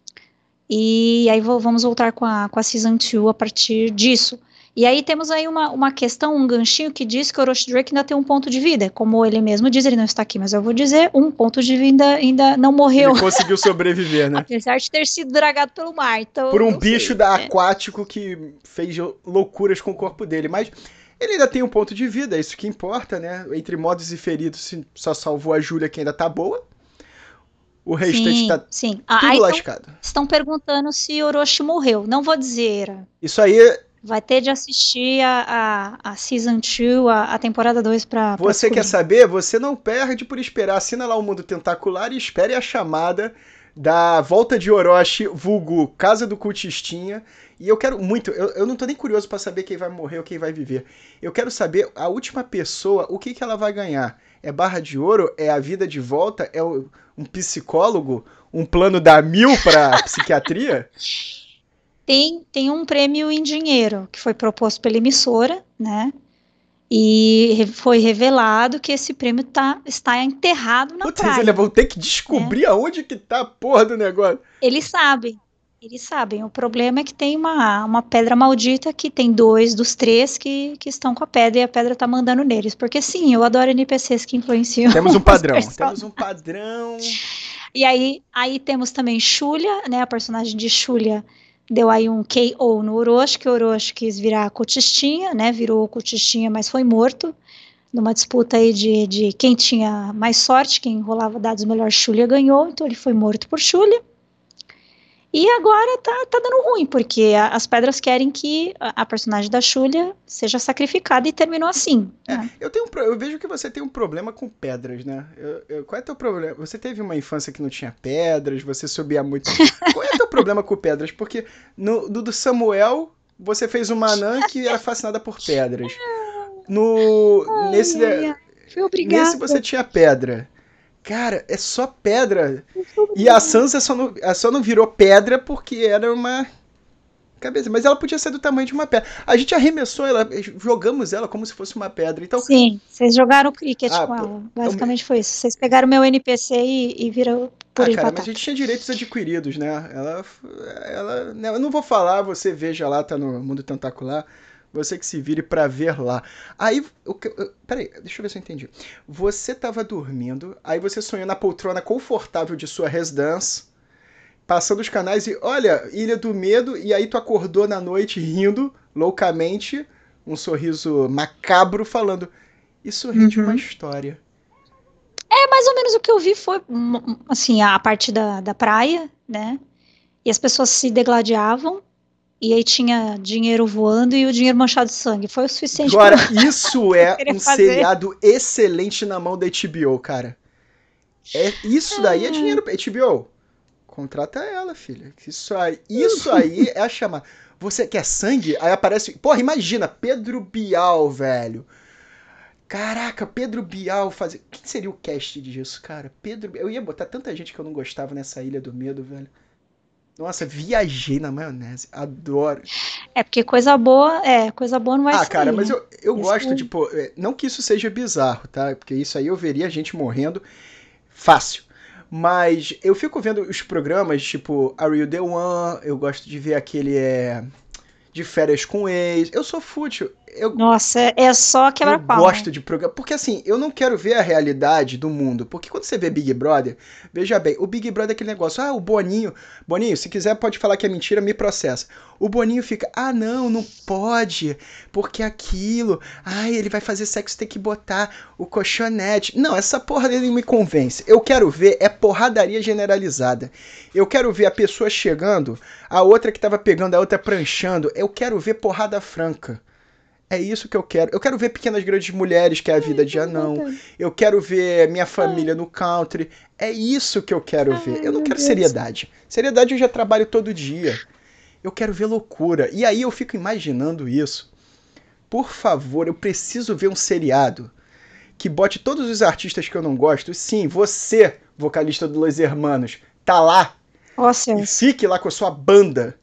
E aí vamos voltar com a Season 2 a partir disso. E aí temos aí uma questão, um ganchinho que diz que o Orochi Drake ainda tem um ponto de vida. Como ele mesmo diz, ele não está aqui, mas eu vou dizer, um ponto de vida ainda não morreu. Ele conseguiu sobreviver, né? Apesar de ter sido dragado pelo mar. Então, por um bicho aquático que fez loucuras com o corpo dele. Mas ele ainda tem um ponto de vida, é isso que importa, né? Entre mortos e feridos, só salvou a Júlia, que ainda tá boa. O restante tá tudo lascado. Estão perguntando se Orochi morreu. Não vou dizer. Isso aí Vai ter de assistir a Season 2, a temporada 2 pra Você quer descobrir. saber? Você não perde por esperar. Assina lá o Mundo Tentacular e espere a chamada da volta de Orochi, vulgo Casa do Cultistinha. E eu quero muito, eu não tô nem curioso pra saber quem vai morrer ou quem vai viver. Eu quero saber a última pessoa, o que ela vai ganhar. É barra de ouro? É a vida de volta? É um psicólogo? Um plano da mil pra psiquiatria? Tem um prêmio em dinheiro que foi proposto pela emissora, né? E foi revelado que esse prêmio está enterrado na Putz, eles praia, vão ter que né? descobrir aonde que tá a porra do negócio. Eles sabem, eles sabem. O problema é que tem uma pedra maldita que tem 2 dos 3 que estão com a pedra e a pedra tá mandando neles. Porque sim, eu adoro NPCs que influenciam Temos um os padrão, personagens. temos um padrão. E aí temos também Xulia, né? A personagem de Xulia deu aí um KO no Orochi, que o Orochi quis virar Cotistinha, né? Virou Cotistinha, mas foi morto. Numa disputa aí de quem tinha mais sorte, quem rolava dados melhor, Xulia ganhou, então ele foi morto por Xulia. E agora tá dando ruim, porque as pedras querem que a personagem da Xulia seja sacrificada e terminou assim. Né? Eu vejo que você tem um problema com pedras, né? Qual é teu problema? Você teve uma infância que não tinha pedras, você subia muito. Qual é teu problema com pedras? Porque no do Samuel, você fez uma anã que era fascinada por pedras. Fui obrigada. Nesse você tinha pedra. Cara, é só pedra. E a Sansa só não virou pedra porque era uma cabeça. Mas ela podia ser do tamanho de uma pedra. A gente arremessou ela, jogamos ela como se fosse uma pedra. Então, Sim, vocês jogaram cricket com pô, ela. Basicamente foi isso. Vocês pegaram meu NPC e viram purê de cara, mas a batata. gente tinha direitos adquiridos, né? Né, eu não vou falar, você veja lá, tá no Mundo Tentacular. Você que se vire pra ver lá. Aí, peraí, deixa eu ver se eu entendi. Você tava dormindo, aí você sonhou na poltrona confortável de sua residência, passando os canais e, olha, Ilha do Medo, e aí tu acordou na noite rindo, loucamente, um sorriso macabro, falando, isso ri de uma história. Mais ou menos o que eu vi foi, assim, a parte da praia, né? E as pessoas se degladiavam, e aí tinha dinheiro voando e o dinheiro manchado de sangue. Foi o suficiente Agora, pra isso é querer um fazer. seriado excelente na mão da HBO, cara. Isso daí é dinheiro pra HBO. Contrata ela, filha. Isso aí é a chamada. Você quer sangue? Aí aparece. Porra, imagina, Pedro Bial, velho. Caraca, Pedro Bial fazer. Quem seria o cast disso, cara? Eu ia botar tanta gente que eu não gostava nessa Ilha do Medo, velho. Nossa, viajei na maionese. Adoro. É porque coisa boa não vai sair, Cara, mas né? eu Isso gosto é- de. Pô, não que isso seja bizarro, tá? Porque isso aí eu veria a gente morrendo fácil. Mas eu fico vendo os programas, tipo Are You The One? Eu gosto de ver aquele de férias com ex. Eu sou fútil. Nossa, é só Eu quebra-pau. gosto de programa. Porque assim, eu não quero ver a realidade do mundo. Porque quando você vê Big Brother, veja bem, o Big Brother é aquele negócio. O Boninho. Boninho, se quiser pode falar que é mentira, me processa. O Boninho fica, não pode. Porque aquilo. Ele vai fazer sexo, tem que botar o colchonete. Não, essa porra dele me convence. Eu quero ver porradaria generalizada. Eu quero ver a pessoa chegando, a outra que tava pegando, a outra pranchando. Eu quero ver porrada franca. É isso que eu quero. Eu quero ver Pequenas Grandes Mulheres, que é a vida de anão. Eu quero ver Minha Família no Country. É isso que eu quero ver. Eu não quero seriedade. Seriedade eu já trabalho todo dia. Eu quero ver loucura. E aí eu fico imaginando isso. Por favor, eu preciso ver um seriado que bote todos os artistas que eu não gosto. Sim, você, vocalista do Los Hermanos, tá lá. E fique lá com a sua banda.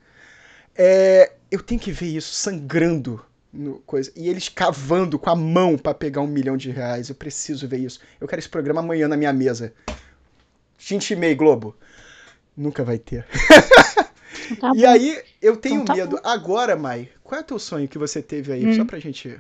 Eu tenho que ver isso sangrando. E eles cavando com a mão pra pegar R$1 milhão. Eu preciso ver isso. Eu quero esse programa amanhã na minha mesa. 20h30, Globo. Nunca vai ter. Tá e bom. aí, eu tenho Então tá medo. bom. Agora, Mai, qual é o teu sonho que você teve aí? Só pra gente...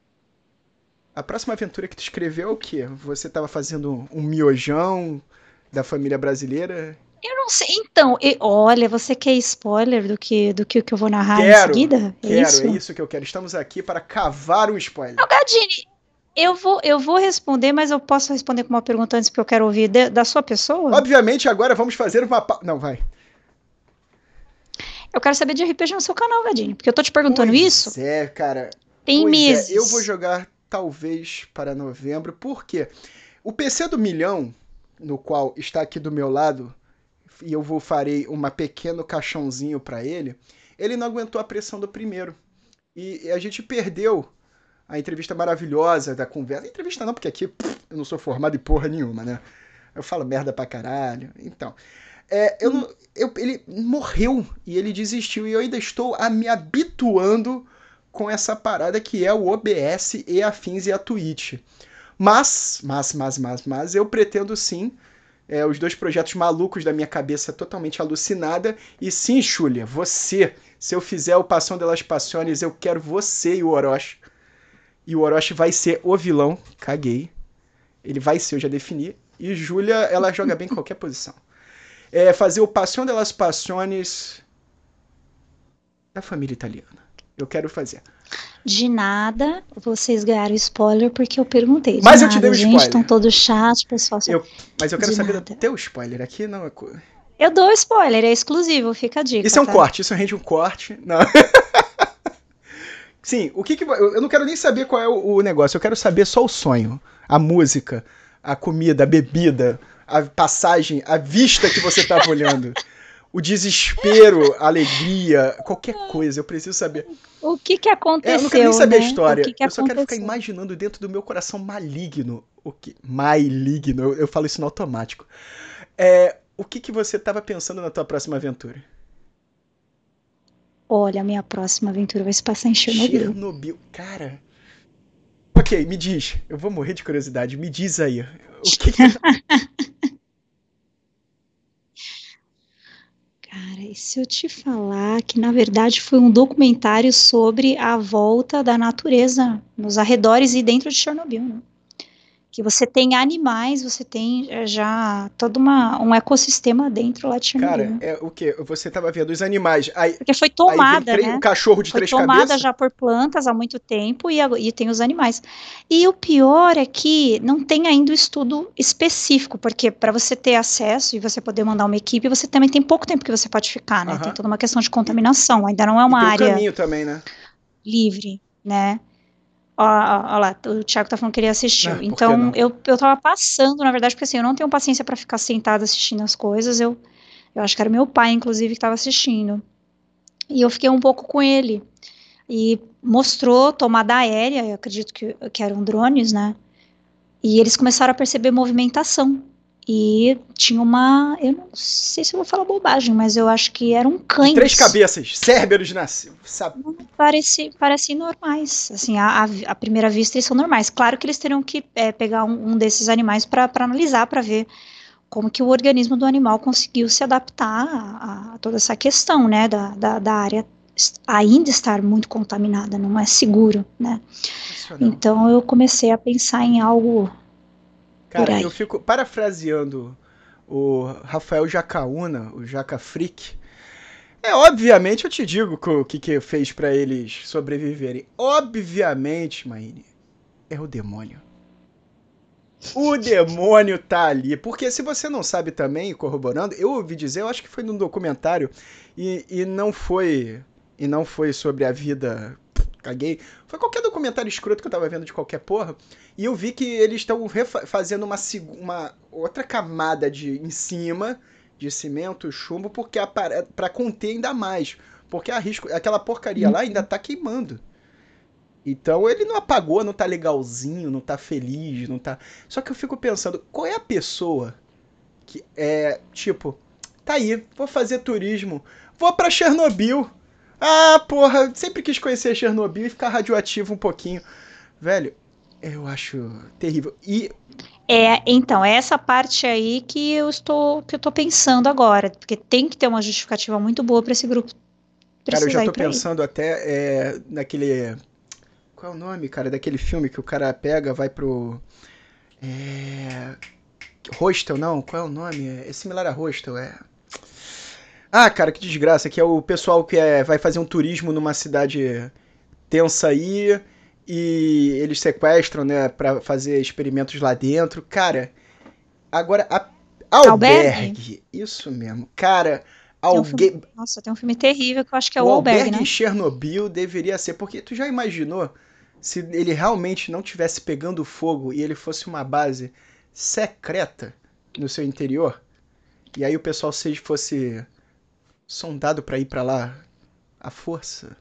A próxima aventura que tu escreveu é o quê? Você tava fazendo um miojão da família brasileira? Eu não sei. Então, olha, você quer spoiler do que eu vou narrar em seguida? É isso que eu quero. Estamos aqui para cavar um spoiler. Não, Gadini, eu vou responder, mas eu posso responder com uma pergunta antes, porque eu quero ouvir da sua pessoa? Obviamente, agora vamos fazer uma... Não, vai. Eu quero saber de RPG no seu canal, Gadinho, porque eu tô te perguntando isso Cara. tem meses. Eu vou jogar talvez para novembro, porque o PC do milhão, no qual está aqui do meu lado, e eu farei um pequeno caixãozinho para ele não aguentou a pressão do primeiro. E a gente perdeu a entrevista maravilhosa da conversa. Entrevista não, porque aqui eu não sou formado em porra nenhuma, né? Eu falo merda pra caralho. Então, ele morreu e ele desistiu. E eu ainda estou me habituando com essa parada que é o OBS e afins e a Twitch. Mas eu pretendo sim, os 2 projetos malucos da minha cabeça totalmente alucinada. E sim, Xulia, você, se eu fizer o Passão de las Passiones, eu quero você e o Orochi. E o Orochi vai ser o vilão. Caguei. Ele vai ser, eu já defini. E Júlia, ela joga bem em qualquer posição. Fazer o Passão de las Passiones da família italiana. Eu quero fazer. De nada, vocês ganharam spoiler porque eu perguntei. Mas eu te dei um gente, spoiler. estão todos chat, pessoal. Mas eu quero de saber nada. do teu spoiler. Aqui não é... Eu dou spoiler, é exclusivo, fica a dica. Isso é um tá? corte, isso rende um corte. Não. Sim, eu não quero nem saber qual é o negócio, eu quero saber só o sonho, a música, a comida, a bebida, a passagem, a vista que você estava olhando, o desespero, a alegria, qualquer coisa, eu preciso saber. O que aconteceu, eu não quero nem saber né? a história, que eu só quero ficar imaginando dentro do meu coração maligno, maligno, eu falo isso no automático. O que você estava pensando na tua próxima aventura? Olha, a minha próxima aventura vai se passar em Chernobyl. Chernobyl, cara. Ok, me diz. Eu vou morrer de curiosidade. Me diz aí. O que... Cara, e se eu te falar que, na verdade, foi um documentário sobre a volta da natureza nos arredores e dentro de Chernobyl, né? Que você tem animais, você tem já todo um ecossistema dentro lá de Chernobyl. Cara, o quê? Você tava vendo os animais. Porque foi tomada, né? O cachorro de 3 cabeças? Foi tomada já por plantas há muito tempo e tem os animais. E o pior é que não tem ainda o estudo específico, porque para você ter acesso e você poder mandar uma equipe, você também tem pouco tempo que você pode ficar, né? Tem toda uma questão de contaminação, ainda não é uma área caminho também, né? livre, né? Olha lá, o Thiago tá falando que ele assistiu. Então, eu tava passando, na verdade, porque assim, eu não tenho paciência para ficar sentada assistindo as coisas. Eu acho que era meu pai, inclusive, que tava assistindo. E eu fiquei um pouco com ele. E mostrou tomada aérea, eu acredito que eram drones, né? E eles começaram a perceber movimentação. E tinha eu não sei se eu vou falar bobagem, mas eu acho que eram cães. 3 cabeças, Cerberus nasceu, sabe? Parecem normais, assim, à primeira vista eles são normais. Claro que eles teriam que pegar um desses animais para analisar, para ver como que o organismo do animal conseguiu se adaptar a toda essa questão, né, da área ainda estar muito contaminada, não é seguro, né? Então eu comecei a pensar em algo. Cara, eu fico parafraseando o Rafael Jacaúna, o Jaca Freak. Obviamente eu te digo o que fez pra eles sobreviverem. Obviamente, Maine, é o demônio. O demônio tá ali. Porque se você não sabe também, corroborando, eu ouvi dizer, eu acho que foi num documentário, e não foi sobre a vida... Caguei. Foi qualquer documentário escroto que eu tava vendo de qualquer porra. E eu vi que eles estão fazendo uma outra camada em cima de cimento, chumbo, porque para conter ainda mais. Porque aquela porcaria lá ainda tá queimando. Então ele não apagou, não tá legalzinho, não tá feliz, não tá... Só que eu fico pensando, qual é a pessoa que tipo, tá aí, vou fazer turismo, vou pra Chernobyl. Ah, porra, sempre quis conhecer Chernobyl e ficar radioativo um pouquinho. Velho, eu acho terrível. Então, é essa parte aí que eu tô pensando agora, porque tem que ter uma justificativa muito boa para esse grupo. Cara, eu já tô pensando até naquele... Qual é o nome, cara, daquele filme que o cara pega, vai pro... Hostel, não? Qual é o nome? É similar a Hostel, Ah, cara, que desgraça, que é o pessoal que vai fazer um turismo numa cidade tensa aí, e eles sequestram, né, pra fazer experimentos lá dentro. Cara, agora, albergue, isso mesmo. Cara, Alguém... Nossa, tem um filme terrível que eu acho que é o o Albergue, Albergue né? em Chernobyl deveria ser, porque tu já imaginou se ele realmente não tivesse pegando fogo e ele fosse uma base secreta no seu interior? E aí o pessoal fosse sondado pra ir pra lá à força?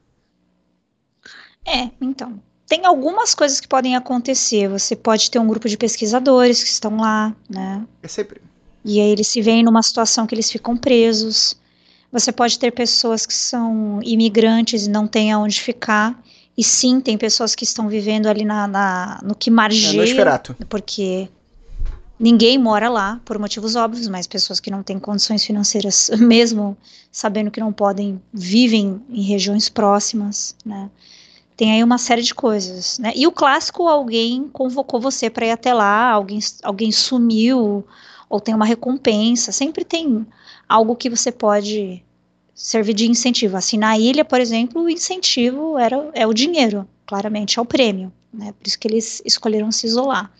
Então. Tem algumas coisas que podem acontecer. Você pode ter um grupo de pesquisadores que estão lá, né? É sempre... E aí eles se veem numa situação que eles ficam presos. Você pode ter pessoas que são imigrantes e não têm aonde ficar. E sim, tem pessoas que estão vivendo ali no que É margeia, Nosferatu. porque ninguém mora lá, por motivos óbvios, mas pessoas que não têm condições financeiras, mesmo sabendo que não podem, vivem em regiões próximas, né? Tem aí uma série de coisas, né? E o clássico, alguém convocou você para ir até lá, alguém sumiu, ou tem uma recompensa. Sempre tem algo que você pode servir de incentivo. Assim, na ilha, por exemplo, o incentivo é o dinheiro, claramente, é o prêmio, né? Por isso que eles escolheram se isolar.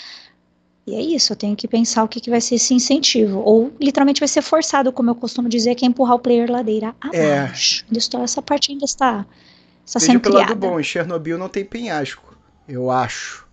E é isso, eu tenho que pensar o que vai ser esse incentivo. Ou literalmente vai ser forçado, como eu costumo dizer, que é empurrar o player ladeira abaixo. Essa parte ainda está Veja sendo pelo lado criada. bom, em Chernobyl não tem penhasco. Eu acho.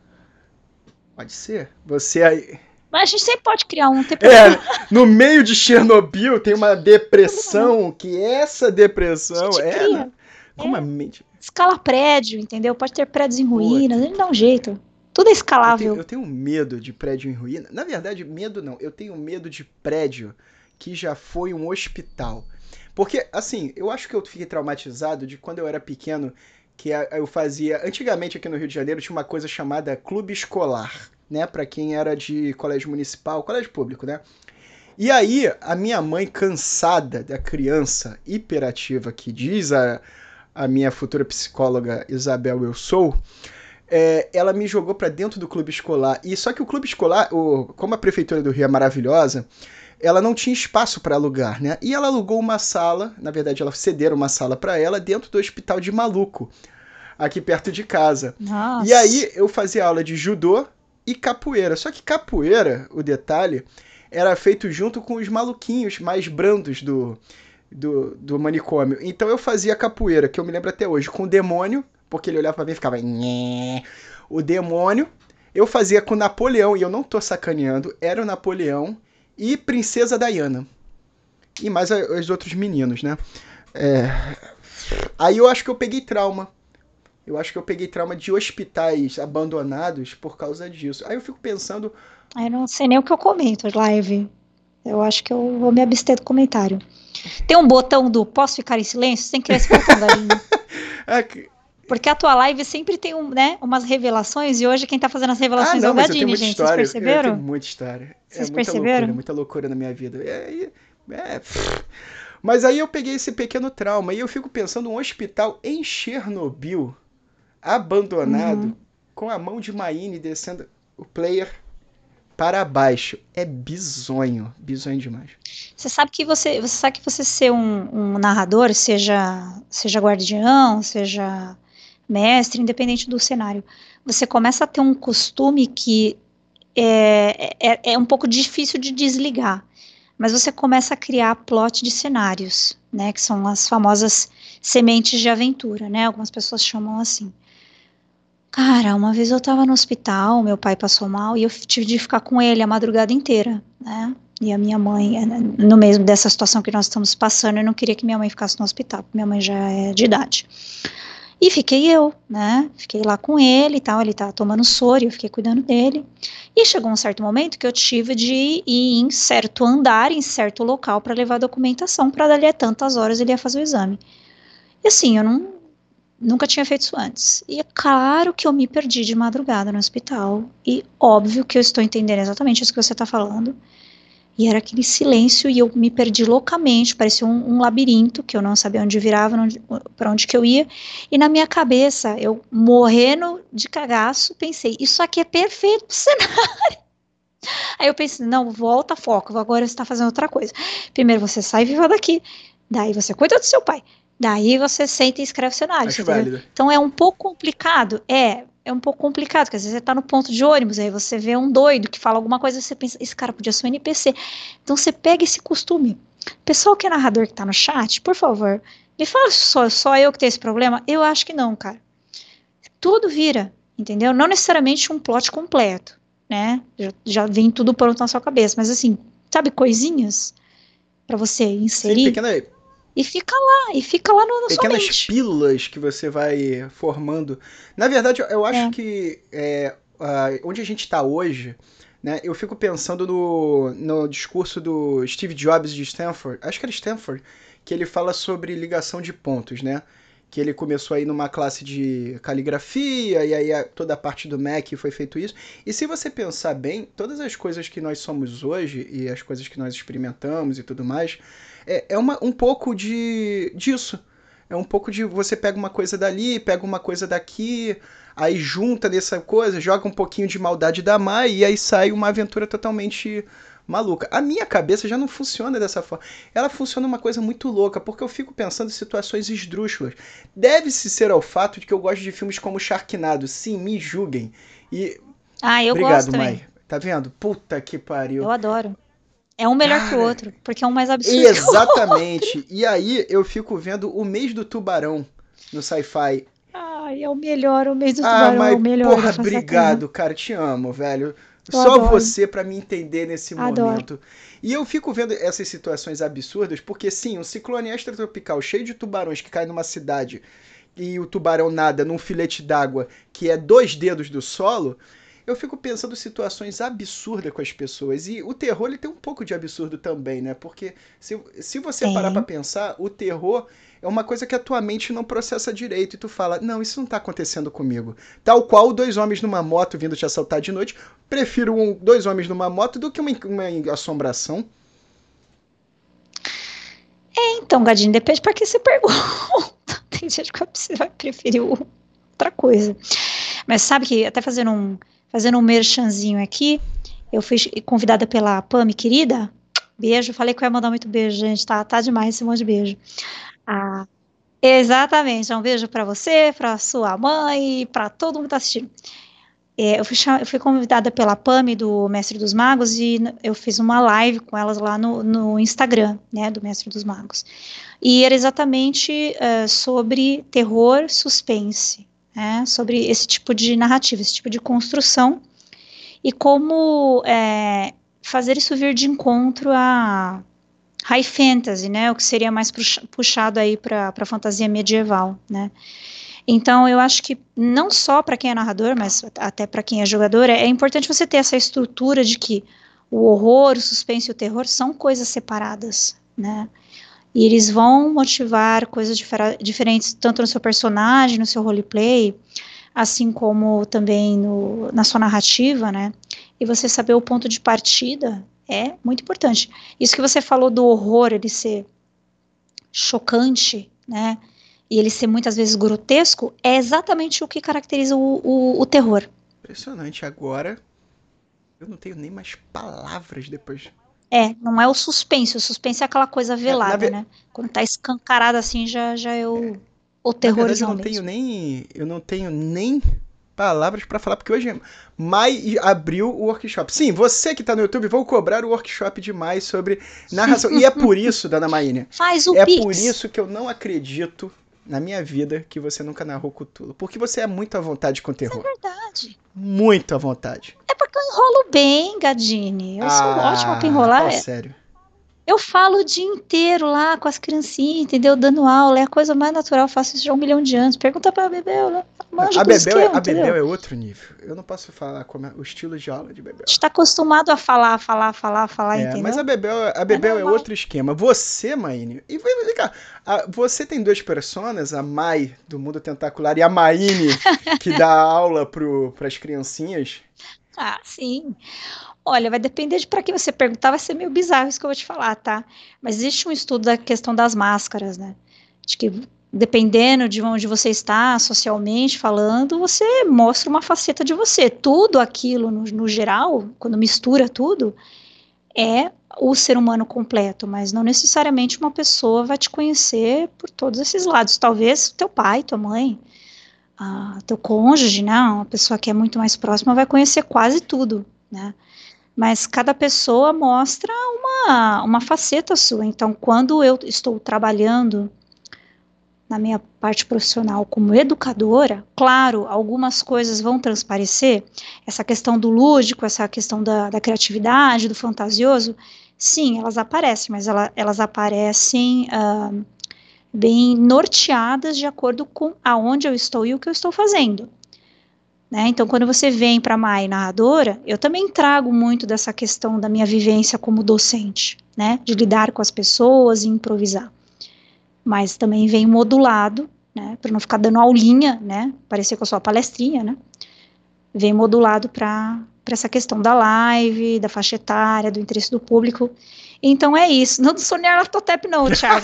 Pode ser. Você aí... Mas a gente sempre pode criar um, não tem problema. No meio de Chernobyl tem uma depressão, que essa depressão A gente é... cria. Como a mente... Escala prédio, entendeu? Pode ter prédios em ruínas, Puta. a gente dá um jeito. Tudo é escalável. Eu tenho medo de prédio em ruína. Na verdade, medo não. Eu tenho medo de prédio que já foi um hospital. Porque, assim, eu acho que eu fiquei traumatizado de quando eu era pequeno, que eu fazia... Antigamente, aqui no Rio de Janeiro, tinha uma coisa chamada clube escolar, né? Pra quem era de colégio municipal, colégio público, né? E aí, a minha mãe, cansada da criança hiperativa, que diz a minha futura psicóloga Isabel eu sou... ela me jogou pra dentro do clube escolar. E só que o clube escolar, como a prefeitura do Rio é maravilhosa, ela não tinha espaço para alugar, né? E ela alugou uma sala, na verdade ela cederam uma sala para ela dentro do Hospital de Maluco, aqui perto de casa. Nossa. E aí eu fazia aula de judô e capoeira. Só que capoeira, o detalhe, era feito junto com os maluquinhos mais brandos do manicômio. Então eu fazia capoeira, que eu me lembro até hoje, com o demônio, porque ele olhava pra mim e ficava... Nhê. O demônio. Eu fazia com Napoleão, e eu não tô sacaneando, era o Napoleão e Princesa Diana. E mais os outros meninos, né? Aí eu acho que eu peguei trauma. Eu acho que eu peguei trauma de hospitais abandonados por causa disso. Aí eu fico pensando... Eu não sei nem o que eu comento, live. Eu acho que eu vou me abster do comentário. Tem um botão do posso ficar em silêncio? Você tem que criar esse botão, galinha. Porque a tua live sempre tem umas revelações, e hoje quem tá fazendo as revelações é o Gadini, gente. Vocês perceberam? Eu tenho muita história. Vocês muita perceberam? Loucura, muita loucura na minha vida. Mas aí eu peguei esse pequeno trauma e eu fico pensando um hospital em Chernobyl, abandonado, com a mão de Maine descendo o player para baixo. É bizonho demais. Você sabe que você ser um narrador, seja guardião, seja mestre, independente do cenário, você começa a ter um costume que é um pouco difícil de desligar, mas você começa a criar plot de cenários, né, que são as famosas sementes de aventura, né, algumas pessoas chamam assim. Cara, uma vez eu tava no hospital, meu pai passou mal e eu tive de ficar com ele a madrugada inteira, né? E a minha mãe, no mesmo dessa situação que nós estamos passando, eu não queria que minha mãe ficasse no hospital, porque minha mãe já é de idade. E fiquei eu, né? Fiquei lá com ele e tal, ele tava tomando soro e eu fiquei cuidando dele. E chegou um certo momento que eu tive de ir em certo andar, em certo local, para levar a documentação, para dali a tantas horas ele ia fazer o exame. E assim, eu nunca tinha feito isso antes. E é claro que eu me perdi de madrugada no hospital. E óbvio que eu estou entendendo exatamente isso que você está falando. E era aquele silêncio e eu me perdi loucamente. Parecia um labirinto que eu não sabia onde virava, para onde que eu ia. E na minha cabeça, eu morrendo de cagaço, pensei, isso aqui é perfeito pro cenário. Aí eu pensei, não, volta, foco, agora você está fazendo outra coisa. Primeiro você sai viva daqui. Daí você cuida do seu pai. Daí você senta e escreve o cenário. Acho válido. Então é um pouco complicado. É um pouco complicado, porque às vezes você tá no ponto de ônibus, aí você vê um doido que fala alguma coisa e você pensa, esse cara podia ser um NPC. Então você pega esse costume. Pessoal que é narrador que tá no chat, por favor, me fala se só eu que tenho esse problema. Eu acho que não, cara. Tudo vira, entendeu? Não necessariamente um plot completo, né? Já vem tudo pronto na sua cabeça, mas assim, sabe, coisinhas pra você Sim, inserir e fica lá na sua pequenas mente. pílulas que você vai formando. Na verdade, eu acho que onde a gente está hoje, né, eu fico pensando no discurso do Steve Jobs de Stanford, acho que era Stanford, que ele fala sobre ligação de pontos, né? Que ele começou aí numa classe de caligrafia, e aí toda a parte do Mac foi feito isso. E se você pensar bem, todas as coisas que nós somos hoje, e as coisas que nós experimentamos e tudo mais, um pouco disso. É um pouco de você pega uma coisa dali, pega uma coisa daqui, aí junta nessa coisa, joga um pouquinho de maldade da Mai, e aí sai uma aventura totalmente maluca. A minha cabeça já não funciona dessa forma. Ela funciona uma coisa muito louca, porque eu fico pensando em situações esdrúxulas. Deve-se ser ao fato de que eu gosto de filmes como Sharknado. Sim, me julguem. E eu obrigado, gosto também. Mai. Tá vendo? Puta que pariu. Eu adoro. É um melhor que o outro, porque é um mais absurdo Exatamente. que o outro. E aí eu fico vendo O Mês do Tubarão no Sci-Fi. Ai, é o melhor, o mês do tubarão é mas o melhor porra, da face da terra. obrigado, cara, te amo, velho. Eu Só adoro. você pra me entender nesse Adoro. momento. E eu fico vendo essas situações absurdas, porque sim, um ciclone extratropical cheio de tubarões que cai numa cidade e o tubarão nada num filete d'água que é 2 dedos do solo, eu fico pensando situações absurdas com as pessoas. E o terror ele tem um pouco de absurdo também, né? Porque se você parar pra pensar, o terror é uma coisa que a tua mente não processa direito. E tu fala, não, isso não tá acontecendo comigo. Tal qual 2 homens numa moto vindo te assaltar de noite. Prefiro 2 homens numa moto do que uma assombração. Então, Gadinho, depende pra que você pergunta. Tem gente que você vai preferir outra coisa. Mas sabe que, até fazendo um merchanzinho aqui, eu fui convidada pela Pami, querida. Beijo, falei que eu ia mandar muito beijo, gente. Tá demais esse monte de beijo. Exatamente, um beijo pra você, pra sua mãe, pra todo mundo que tá assistindo. Eu fui convidada pela Pami, do Mestre dos Magos, e eu fiz uma live com elas lá no Instagram, né, do Mestre dos Magos. E era exatamente sobre terror, suspense, né, sobre esse tipo de narrativa, esse tipo de construção, e como fazer isso vir de encontro a high fantasy, né, o que seria mais puxado aí para a fantasia medieval, né. Então, eu acho que não só para quem é narrador, mas até para quem é jogador, é importante você ter essa estrutura de que o horror, o suspense e o terror são coisas separadas, né? E eles vão motivar coisas diferentes, tanto no seu personagem, no seu roleplay, assim como também na sua narrativa, né? E você saber o ponto de partida é muito importante. Isso que você falou do horror, ele ser chocante, né? E ele ser muitas vezes grotesco, é exatamente o que caracteriza o terror. Impressionante. Agora, eu não tenho nem mais palavras depois. Não é o suspense é aquela coisa velada, né? Quando tá escancarado assim, já é o terrorzão Na verdade, eu não tenho nem palavras pra falar, porque hoje Mai abriu o workshop. Sim, você que tá no YouTube, vou cobrar o workshop de Mai sobre narração. E é por isso, dona Maíne, Faz o é Pix. por isso que eu não acredito na minha vida que você nunca narrou Cthulhu. Porque você é muito à vontade com o terror. Isso é verdade. Muito à vontade. É porque eu enrolo bem, Gadini. Eu sou ótima pra enrolar. Sério. Eu falo o dia inteiro lá com as criancinhas, entendeu? Dando aula. É a coisa mais natural. Eu faço isso já há 1 milhão de anos. Pergunta pra Bebel, né? Manja do esquema, a Bebel é outro nível. Eu não posso falar como o estilo de aula de Bebel. A gente tá acostumado a falar, entendeu? Mas a Bebel é outro esquema. Você, Maíne, e vem cá, você tem 2 personas, a Mai do Mundo Tentacular e a Maíne que dá aula pras criancinhas. Sim. Olha, vai depender de para que você perguntar, vai ser meio bizarro isso que eu vou te falar, tá? Mas existe um estudo da questão das máscaras, né? De que dependendo de onde você está socialmente falando, você mostra uma faceta de você. Tudo aquilo, no geral, quando mistura tudo, é o ser humano completo, mas não necessariamente uma pessoa vai te conhecer por todos esses lados. Talvez teu pai, tua mãe, teu cônjuge, né? Uma pessoa que é muito mais próxima vai conhecer quase tudo, né? Mas cada pessoa mostra uma faceta sua. Então, quando eu estou trabalhando na minha parte profissional como educadora, claro, algumas coisas vão transparecer, essa questão do lúdico, essa questão da criatividade, do fantasioso, sim, elas aparecem, mas elas aparecem bem norteadas de acordo com aonde eu estou e o que eu estou fazendo. Né? Então, quando você vem para a Mai narradora, eu também trago muito dessa questão da minha vivência como docente, né? De lidar com as pessoas e improvisar. Mas também vem modulado, né? Para não ficar dando aulinha, né? Parecer que eu sou a palestrinha, né? Vem modulado para essa questão da live, da faixa etária, do interesse do público. Então é isso. Não do Sonear Laftotep não, Thiago.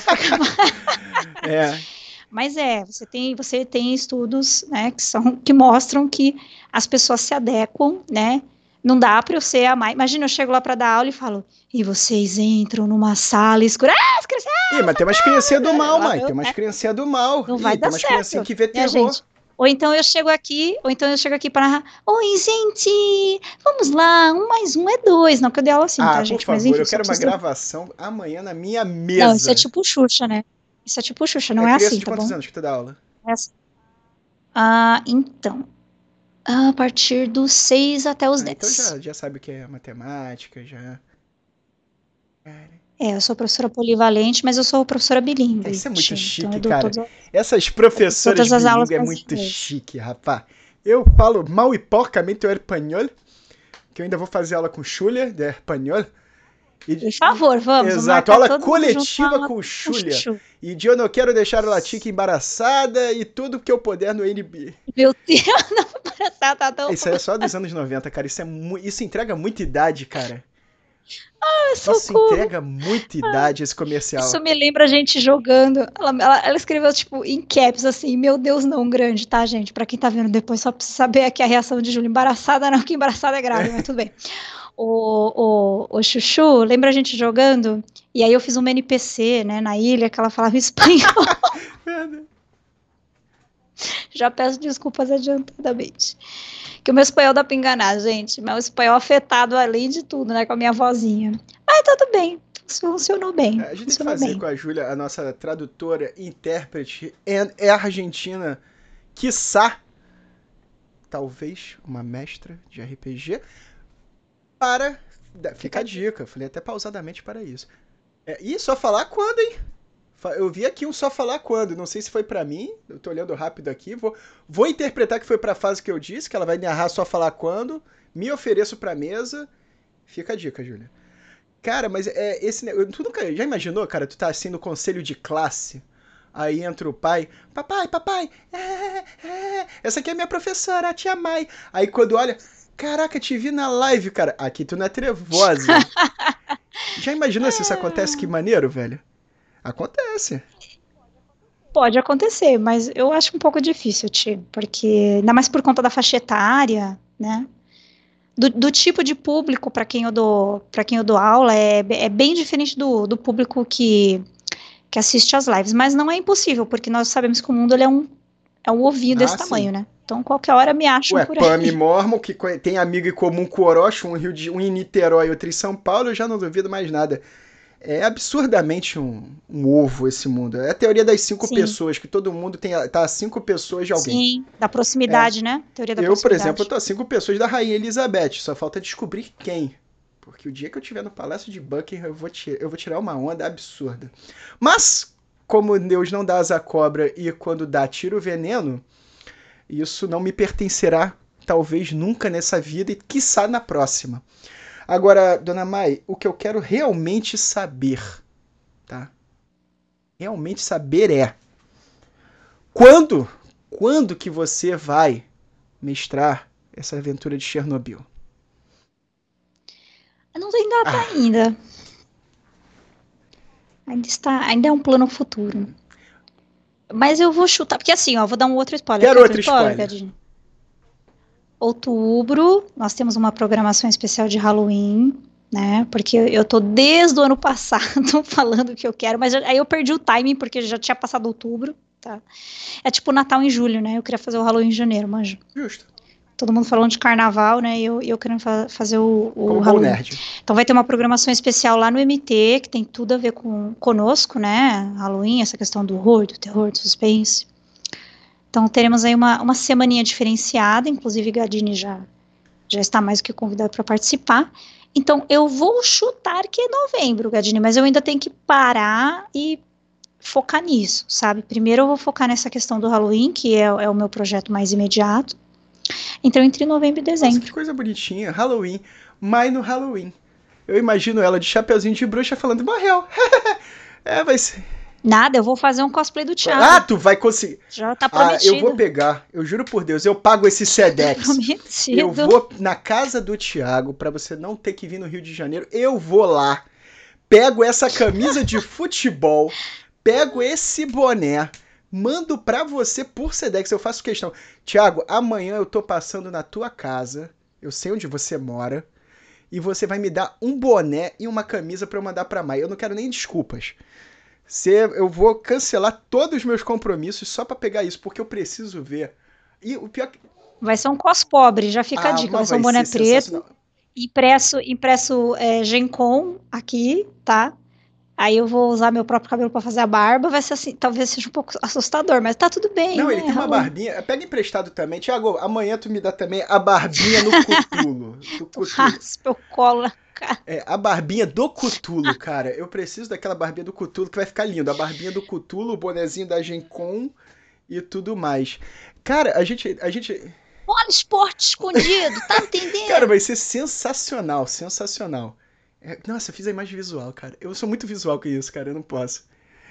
Mas você tem estudos, né, que mostram que as pessoas se adequam, né? Não dá para eu ser a Mai. Imagina, eu chego lá para dar aula e falo, e vocês entram numa sala escura. Mas tem umas criancinhas do mal, mãe. Tem umas criancinhas do mal. Não vai dar certo. Tem umas criancinhas que vê terror. Gente. Ou então eu chego aqui para narrar. Oi, gente, vamos lá, 1 mais 1 é 2. Não que eu dei aula assim, tá, gente? Por favor, mas enfim, eu quero uma gravação amanhã na minha mesa. Não, isso é tipo Xuxa, né? Isso é tipo Xuxa, não é assim, de tá quantos bom? anos que tu dá aula? Então, a partir dos 6 até os 10. Então já sabe o que é matemática, já... Eu sou professora polivalente, mas eu sou professora bilíngue. Isso é muito chique, então cara. Essas professoras bilíngues é muito chique, rapaz. Eu falo mal e porcamente o espanhol, que eu ainda vou fazer aula com Xulia, de espanhol. Por favor, vamos. Exato, aula coletiva com Xulia. E eu não quero deixar a Latica embaraçada e tudo que eu puder no NB. Meu Deus, não, tá tão... Isso aí é só dos anos 90, cara. Isso entrega muita idade, cara. Nossa, entrega muita idade esse comercial. Isso me lembra a gente jogando. Ela escreveu, tipo, em caps, assim, meu Deus, não grande, tá, gente? Pra quem tá vendo depois, só precisa saber aqui a reação de Júlia. Embaraçada não, que embaraçada é grave, mas tudo bem. O Chuchu, lembra a gente jogando? E aí eu fiz uma NPC, né, na ilha, que ela falava espanhol. Já peço desculpas adiantadamente. Que o meu espanhol dá pra enganar, gente. Meu espanhol afetado além de tudo, né, com a minha vozinha. Mas tudo bem, funcionou bem. A gente tem que fazer com a Júlia, a nossa tradutora, intérprete, é argentina, quiçá, talvez, uma mestra de RPG, fica a dica, falei até pausadamente para isso. E só falar quando, hein? Eu vi aqui um só falar quando, não sei se foi pra mim, eu tô olhando rápido aqui, vou interpretar que foi pra fase que eu disse, que ela vai narrar só falar quando, me ofereço pra mesa, fica a dica, Júlia. Cara, mas tu nunca, já imaginou, cara, tu tá assim no conselho de classe, aí entra o pai, papai, essa aqui é minha professora, a tia Mai, aí quando olha, caraca, te vi na live, cara, aqui tu não é trevosa. Já imaginou se isso acontece, que maneiro, velho? Acontece. Pode acontecer, mas eu acho um pouco difícil, porque ainda mais por conta da faixa etária, né? Do tipo de público para quem eu dou aula é bem diferente do público que assiste às lives, mas não é impossível, porque nós sabemos que o mundo ele é um ovinho desse tamanho, né? Então qualquer hora me acham por aí. Pam e Mormon, que tem amigo em comum com o Orochi, um em Niterói e outro em São Paulo, eu já não duvido mais nada. É absurdamente um ovo esse mundo. É a teoria das 5 pessoas, que todo mundo tá a 5 pessoas de alguém. Sim, da proximidade, né? Teoria da proximidade. Por exemplo, eu tô a 5 pessoas da Rainha Elizabeth, só falta descobrir quem. Porque o dia que eu estiver no Palácio de Buckingham, eu vou tirar uma onda absurda. Mas, como Deus não dá asa à cobra e quando dá tira o veneno, isso não me pertencerá, talvez nunca nessa vida e quiçá na próxima. Agora, dona Mai, o que eu quero realmente saber, tá? Realmente saber quando que você vai mestrar essa aventura de Chernobyl? Não tem data ainda. Ainda é um plano futuro. Mas eu vou chutar, porque assim, vou dar um outro spoiler. Quero outro spoiler. Outubro, nós temos uma programação especial de Halloween, né? Porque eu tô desde o ano passado falando o que eu quero, mas aí eu perdi o timing, porque já tinha passado outubro, tá? É tipo Natal em julho, né? Eu queria fazer o Halloween em janeiro, manja. Justo. todo mundo falando de carnaval, né? E eu querendo fazer o Como bom Halloween. nerd. Então vai ter uma programação especial lá no MT, que tem tudo a ver conosco, né? Halloween, essa questão do horror, do terror, do suspense. Então teremos aí uma semaninha diferenciada, inclusive Gadini já está mais do que convidado para participar. Então eu vou chutar que é novembro, Gadini, mas eu ainda tenho que parar e focar nisso, sabe? Primeiro eu vou focar nessa questão do Halloween, que é o meu projeto mais imediato. Então entre novembro e Nossa, dezembro. que coisa bonitinha. Halloween. Mai no Halloween. Eu imagino ela de chapeuzinho de bruxa falando, morreu. Vai ser... Nada, eu vou fazer um cosplay do Thiago. Ah, tu vai conseguir. Já tá prometido. Eu vou pegar. Eu juro por Deus, eu pago esse Sedex. Prometido. Eu vou na casa do Thiago, pra você não ter que vir no Rio de Janeiro. Eu vou lá, pego essa camisa de futebol, pego esse boné, mando pra você por Sedex. Eu faço questão. Thiago, amanhã eu tô passando na tua casa. Eu sei onde você mora. E você vai me dar um boné e uma camisa pra eu mandar pra Mai. Eu não quero nem desculpas. Eu vou cancelar todos os meus compromissos só pra pegar isso, porque eu preciso ver. E o pior... Vai ser um cos pobre, já fica a dica. Vai ser um boné preto, impresso Gencom aqui, tá? Aí eu vou usar meu próprio cabelo pra fazer a barba. Vai ser assim, talvez seja um pouco assustador, mas tá tudo bem. Não, né? ele tem uma barbinha. Pega emprestado também. Thiago, amanhã tu me dá também a barbinha no Cthulhu. Raspa, eu colo. A barbinha do Cthulhu, cara. Eu preciso daquela barbinha do Cthulhu que vai ficar lindo. A barbinha do Cthulhu, o bonezinho da Gencom e tudo mais. Cara, a gente... Olha, esporte escondido, tá entendendo? Cara, vai ser sensacional, sensacional. Nossa, eu fiz a imagem visual, cara. Eu sou muito visual com isso, cara. Eu não posso.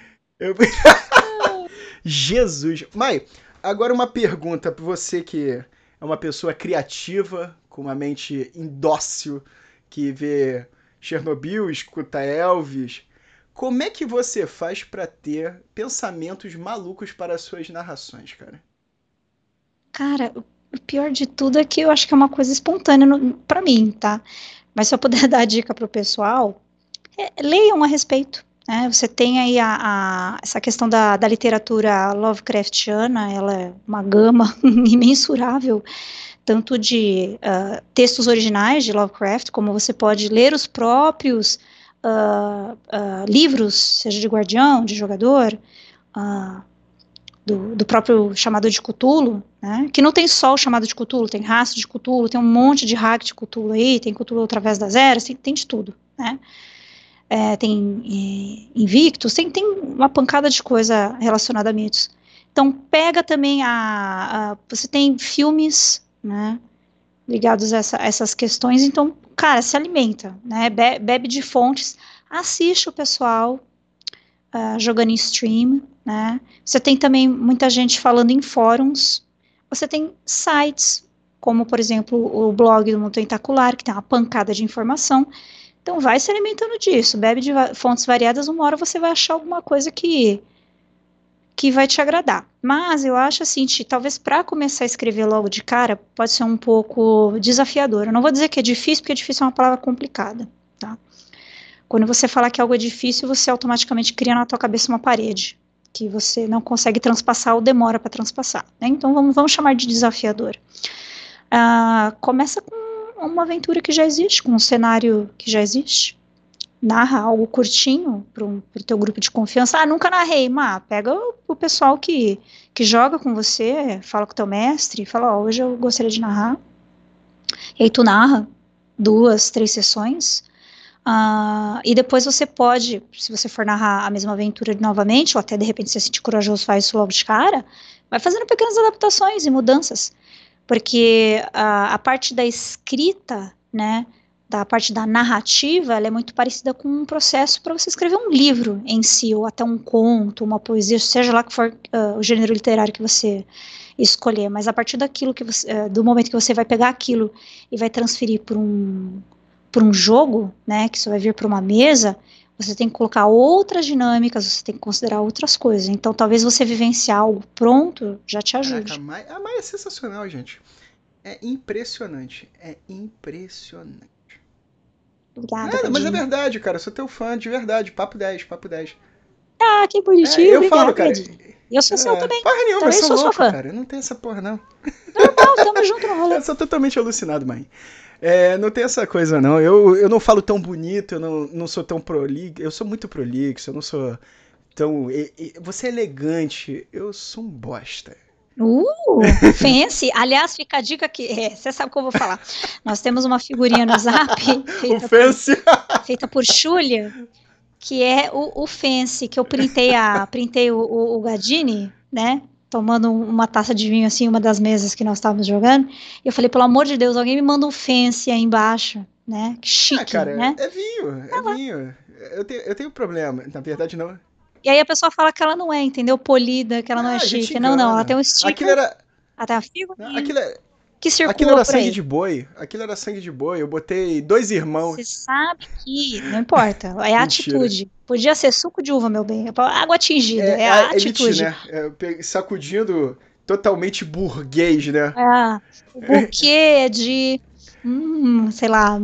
Jesus. Mai, agora uma pergunta pra você que é uma pessoa criativa, com uma mente indócil, que vê Chernobyl, escuta Elvis. Como é que você faz pra ter pensamentos malucos para as suas narrações, cara? Cara, o pior de tudo é que eu acho que é uma coisa espontânea pra mim, tá? Mas se eu puder dar dica pro pessoal, leiam a respeito. Né? Você tem aí essa questão da literatura Lovecraftiana, ela é uma gama imensurável, tanto de textos originais de Lovecraft, como você pode ler os próprios livros, seja de Guardião, de Jogador, do próprio chamado de Cthulhu, né? Que não tem só o chamado de Cthulhu, tem rastro de Cthulhu, tem um monte de hack de Cthulhu aí, tem Cthulhu através das eras, tem de tudo, né? Tem Invictus, tem uma pancada de coisa relacionada a mitos. Então pega também você tem filmes, né, ligados a essas questões, então, cara, se alimenta, né, bebe de fontes, assiste o pessoal jogando em stream, né, você tem também muita gente falando em fóruns, você tem sites, como, por exemplo, o blog do Mundo Tentacular, que tem uma pancada de informação. Então vai se alimentando disso, bebe de fontes variadas, uma hora você vai achar alguma coisa que vai te agradar. Mas eu acho assim, talvez para começar a escrever logo de cara, pode ser um pouco desafiador. Eu não vou dizer que é difícil, porque difícil é uma palavra complicada, tá? Quando você falar que algo é difícil, você automaticamente cria na tua cabeça uma parede, que você não consegue transpassar ou demora para transpassar, né? Então vamos chamar de desafiador. Começa com uma aventura que já existe, com um cenário que já existe. Narra algo curtinho pro teu grupo de confiança. Nunca narrei, pega o pessoal que joga com você, fala com o teu mestre, fala, hoje eu gostaria de narrar. E aí tu narra 2, 3 sessões. E depois você pode, se você for narrar a mesma aventura novamente, ou até de repente você se sentir corajoso, faz isso logo de cara, vai fazendo pequenas adaptações e mudanças. Porque a parte da escrita, né, da parte da narrativa, ela é muito parecida com um processo para você escrever um livro em si, ou até um conto, uma poesia, seja lá que for o gênero literário que você escolher. Mas a partir daquilo do momento que você vai pegar aquilo e vai transferir para um jogo, né, que você vai vir para uma mesa, você tem que colocar outras dinâmicas, você tem que considerar outras coisas. Então, talvez você vivenciar algo pronto já te ajude. Caraca, a Mai é sensacional, gente. É impressionante. É impressionante. Obrigada, mas é verdade, cara. Eu sou teu fã, de verdade. Papo 10, papo 10. Que bonitinho, Eu falo, cara. Eu sou seu também. Porra nenhuma, eu Também sou sou sua louco, fã. cara. Eu não tenho essa porra, não. Normal, tamo junto no rolê. Eu sou totalmente alucinado, mãe. Não tem essa coisa, não. Eu não falo tão bonito, eu não sou tão prolixo. Eu sou muito prolixo, eu não sou tão... Você é elegante, eu sou um bosta. Fancy. Aliás, fica a dica que... você sabe o que eu vou falar. Nós temos uma figurinha no Zap O Fancy. feita por Xulia, que é o Fancy, que eu printei o Gadini, né? Tomando uma taça de vinho, assim, uma das mesas que nós estávamos jogando. E eu falei, pelo amor de Deus, alguém me manda um Fancy aí embaixo, né? Que chique, Cara, né? é vinho. Eu tenho problema. Na verdade, não. E aí a pessoa fala que ela não é, entendeu? Polida, que ela não é gente chique. Não, engana. ela tem um sticker, Aquilo era... ela tem uma figurinha Aquilo que era circula por sangue aí. de boi. Aquilo era sangue de boi. Eu botei 2 irmãos. Você sabe que não importa, é a Mentira. atitude. Podia ser suco de uva, meu bem. Água atingida, é a atitude. Elite, né? Sacudindo totalmente burguês, né? O buquê de, sei lá,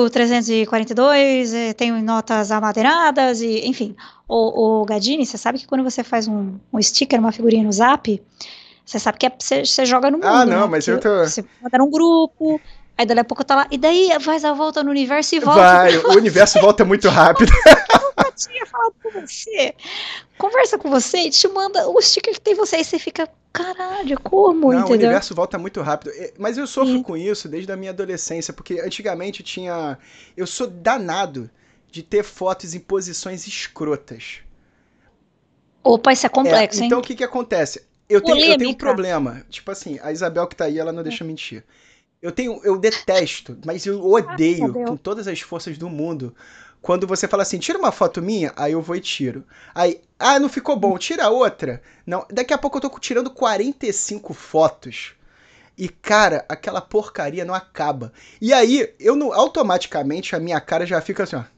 1342, tem notas amadeiradas, e, enfim. O Gadini, você sabe que quando você faz um sticker, uma figurinha no Zap, você sabe que você joga no mundo, Ah, não, né? mas Porque eu tô... você manda num grupo, aí dali a pouco tá lá, e daí faz a volta no universo e volta. Vai, o universo volta muito rápido. Eu tinha falado com você. Conversa com você e te manda o sticker que tem você, e você fica, caralho, como, Não, entendeu? o universo volta muito rápido. Mas eu sofro com isso desde a minha adolescência, porque antigamente tinha... Eu sou danado de ter fotos em posições escrotas. Opa, isso é complexo, então hein? o que acontece? Eu tenho um Polêmica. problema. Tipo assim, a Isabel que tá aí, ela não deixa mentir. Eu detesto, mas eu odeio Isabel. com todas as forças do mundo quando você fala assim, tira uma foto minha, aí eu vou e tiro. Aí, não ficou bom, tira outra. Não, daqui a pouco eu tô tirando 45 fotos. E, cara, aquela porcaria não acaba. E aí, automaticamente, a minha cara já fica assim, ó.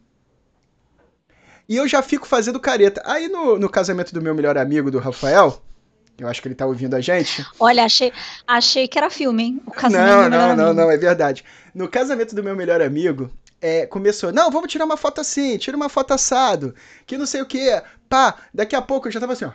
E eu já fico fazendo careta. Aí, no casamento do meu melhor amigo, do Rafael, eu acho que ele tá ouvindo a gente. Olha, achei que era filme, hein? O casamento do melhor amigo. Não, é verdade. No casamento do meu melhor amigo, começou, não, vamos tirar uma foto assim, tira uma foto assado, que não sei o que, pá, daqui a pouco eu já tava assim, ó.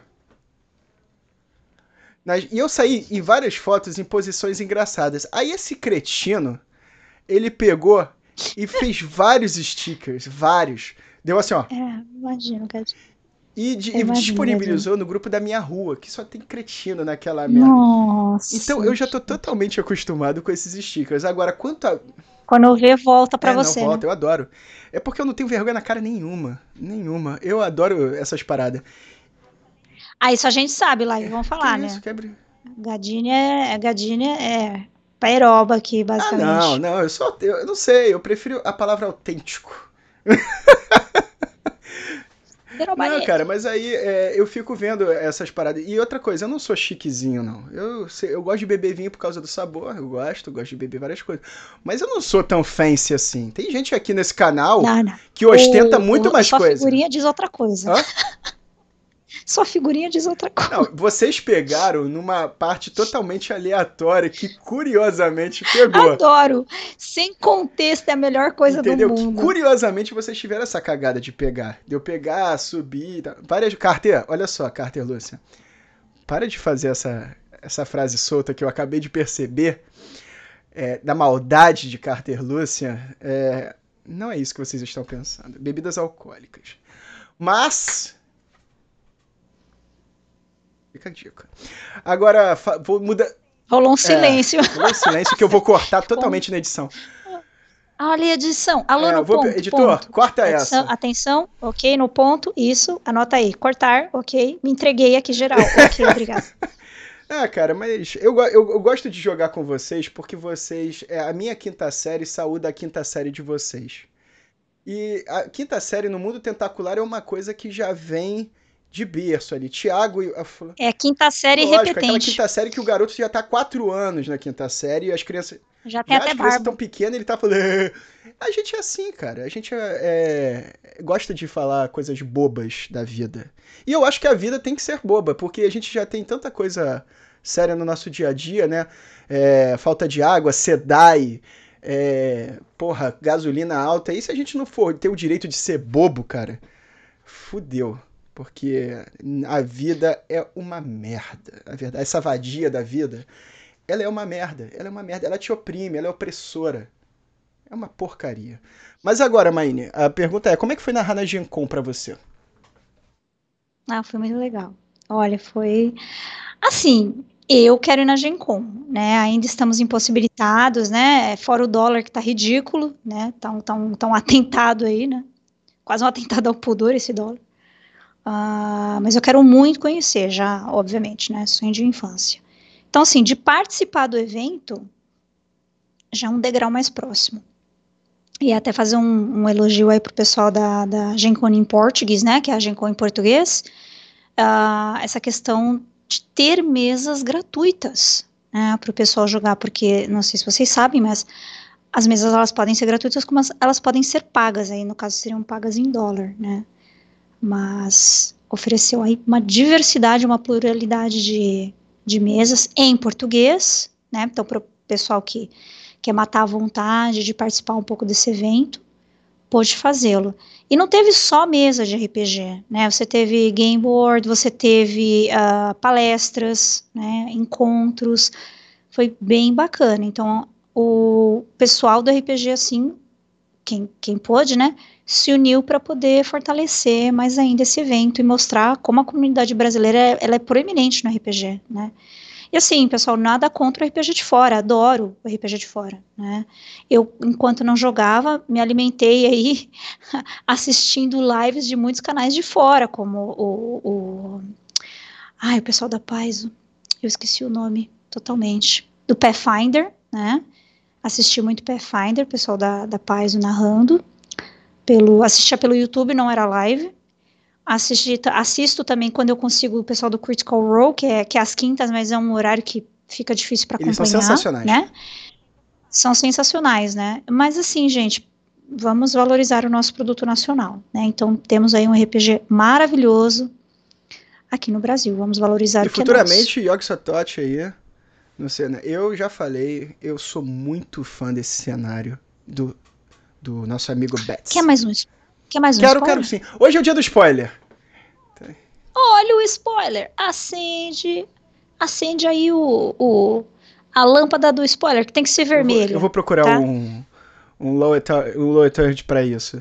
E eu saí em várias fotos em posições engraçadas. Aí esse cretino, ele pegou e fez vários stickers, vários. Deu assim, ó. Imagino, cara. E disponibilizou no grupo da minha rua, que só tem cretino naquela merda. Nossa. Então eu já tô totalmente acostumado com esses stickers. Agora, quanto a... Quando vê, volta pra você. Não, volta, né? eu adoro. É porque eu não tenho vergonha na cara nenhuma. Nenhuma. Eu adoro essas paradas. Isso a gente sabe lá, e vamos falar, né? Isso, quebre. Gadini é paeroba aqui, basicamente. Não, eu não sei, eu prefiro a palavra autêntico. Não, cara, mas aí eu fico vendo essas paradas. E outra coisa, eu não sou chiquezinho, não. Eu gosto de beber vinho por causa do sabor, eu gosto de beber várias coisas. Mas eu não sou tão fancy assim. Tem gente aqui nesse canal que ostenta muito mais coisa. Sua figurinha diz outra coisa. Hã? Sua figurinha diz outra coisa. Não, vocês pegaram numa parte totalmente aleatória que curiosamente pegou. Adoro. Sem contexto é a melhor coisa Entendeu? do mundo. Que, curiosamente vocês tiveram essa cagada de pegar. De eu pegar, subir. Tá. Carter, olha só, Carter Lúcia. Para de fazer essa frase solta que eu acabei de perceber. Da maldade de Carter Lúcia. Não é isso que vocês estão pensando. Bebidas alcoólicas. Mas... Fica a dica. Agora, vou mudar... Rolou um silêncio. Rolou um silêncio que eu vou cortar totalmente na edição. Olha a edição. Alô, no ponto. Editor, ponto. corta edição, essa. Atenção, ok, no ponto, isso, anota aí. Cortar, ok. Me entreguei aqui geral. Ok, obrigado. Cara, mas eu gosto de jogar com vocês porque vocês... a minha quinta série saúda a quinta série de vocês. E a quinta série no mundo tentacular é uma coisa que já vem... de berço ali. Tiago... É quinta série lógico, repetente. Aquela quinta série que o garoto já tá 4 anos na quinta série e as crianças... Já tem até as crianças barba. tão pequenas, ele tá falando... A gente é assim, cara. A gente gosta de falar coisas bobas da vida. E eu acho que a vida tem que ser boba, porque a gente já tem tanta coisa séria no nosso dia a dia, né? Falta de água, SEDAI, gasolina alta. E se a gente não for ter o direito de ser bobo, cara? Fudeu. Porque a vida é uma merda. A verdade, essa vadia da vida, ela é uma merda. Ela é uma merda. Ela te oprime, ela é opressora. É uma porcaria. Mas agora, Maine, a pergunta é, como é que foi narrar na Gen Con pra você? Ah, foi muito legal. Olha, foi assim, eu quero ir na Gen Con, né? Ainda estamos impossibilitados, né? Fora o dólar que tá ridículo, né? Tá um atentado aí, né? Quase um atentado ao pudor esse dólar. Mas eu quero muito conhecer, já, obviamente, né? Sonho de infância. Então, assim, de participar do evento, já é um degrau mais próximo. E até fazer um elogio aí pro pessoal da Gen Con em português, né? Que é a Gen Con em português. Essa questão de ter mesas gratuitas, né, para o pessoal jogar, porque não sei se vocês sabem, mas as mesas elas podem ser gratuitas, como elas podem ser pagas, aí no caso seriam pagas em dólar, né? Mas ofereceu aí uma diversidade, uma pluralidade de mesas em português, né? Então, para o pessoal que quer matar a vontade de participar um pouco desse evento, pôde fazê-lo. E não teve só mesa de RPG, né? Você teve game board, você teve palestras, né? Encontros, foi bem bacana. Então, o pessoal do RPG, assim, quem pôde, né? Se uniu para poder fortalecer mais ainda esse evento e mostrar como a comunidade brasileira ela é proeminente no RPG, né? E assim, pessoal, nada contra o RPG de fora, adoro o RPG de fora, né? Eu, enquanto não jogava, me alimentei aí assistindo lives de muitos canais de fora, como o pessoal da Paizo, eu esqueci o nome totalmente, do Pathfinder, né? Assisti muito Pathfinder, pessoal da Paizo narrando, assistia pelo YouTube, não era live. Assisto também quando eu consigo o pessoal do Critical Role, que é às quintas, mas é um horário que fica difícil para acompanhar. Eles são sensacionais. Né? São sensacionais, né? Mas assim, gente, vamos valorizar o nosso produto nacional, né? Então temos aí um RPG maravilhoso aqui no Brasil. Vamos valorizar e o que é nosso. futuramente, Yogi Satoshi aí, não sei, né? Eu já falei, eu sou muito fã desse cenário do nosso amigo Betts. Quer mais um spoiler? Quero sim. Hoje é o dia do spoiler. Olha o spoiler. Acende aí a lâmpada do spoiler, que tem que ser vermelha. Eu vou procurar tá? um low eternity pra isso.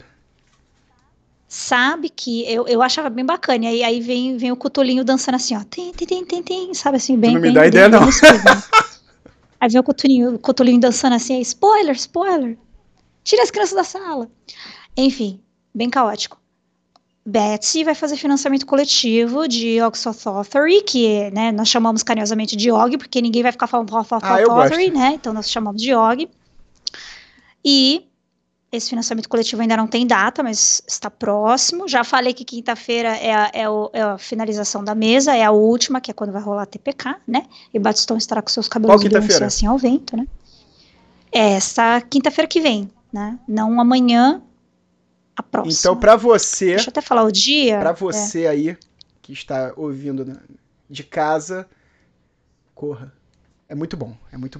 Sabe que eu achava bem bacana. E aí vem o Cutulinho dançando assim, ó. Tem, sabe assim, bem. Tu não me dá ideia, não. Aí vem o Cutulinho dançando assim, spoiler. Tira as crianças da sala. Enfim, bem caótico. Betsy vai fazer financiamento coletivo de Yogg-Sothoth Authority, que né, nós chamamos carinhosamente de Yogg, porque ninguém vai ficar falando Authority, né? Então nós chamamos de Yogg. E esse financiamento coletivo ainda não tem data, mas está próximo. Já falei que quinta-feira é a finalização da mesa, é a última, que é quando vai rolar a TPK, né? E Batistão estará com seus cabelos brancos assim ao vento, né? Essa quinta-feira que vem, né? Não amanhã, a próxima. Então, para você... Deixa eu até falar o dia. Para você aí, que está ouvindo de casa, corra. É muito bom.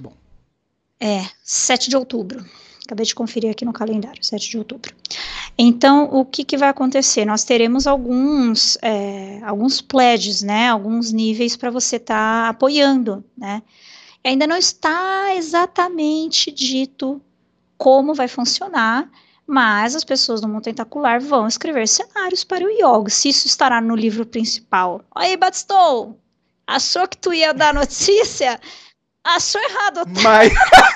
7 de outubro. Acabei de conferir aqui no calendário, 7 de outubro. Então, o que vai acontecer? Nós teremos alguns pledges, né? Alguns níveis para você estar apoiando, né? Ainda não está exatamente dito como vai funcionar, mas as pessoas do Mundo Tentacular vão escrever cenários para o Yogg. Se isso estará no livro principal. Aí, Batstone, achou que tu ia dar notícia? Achou errado. Mas...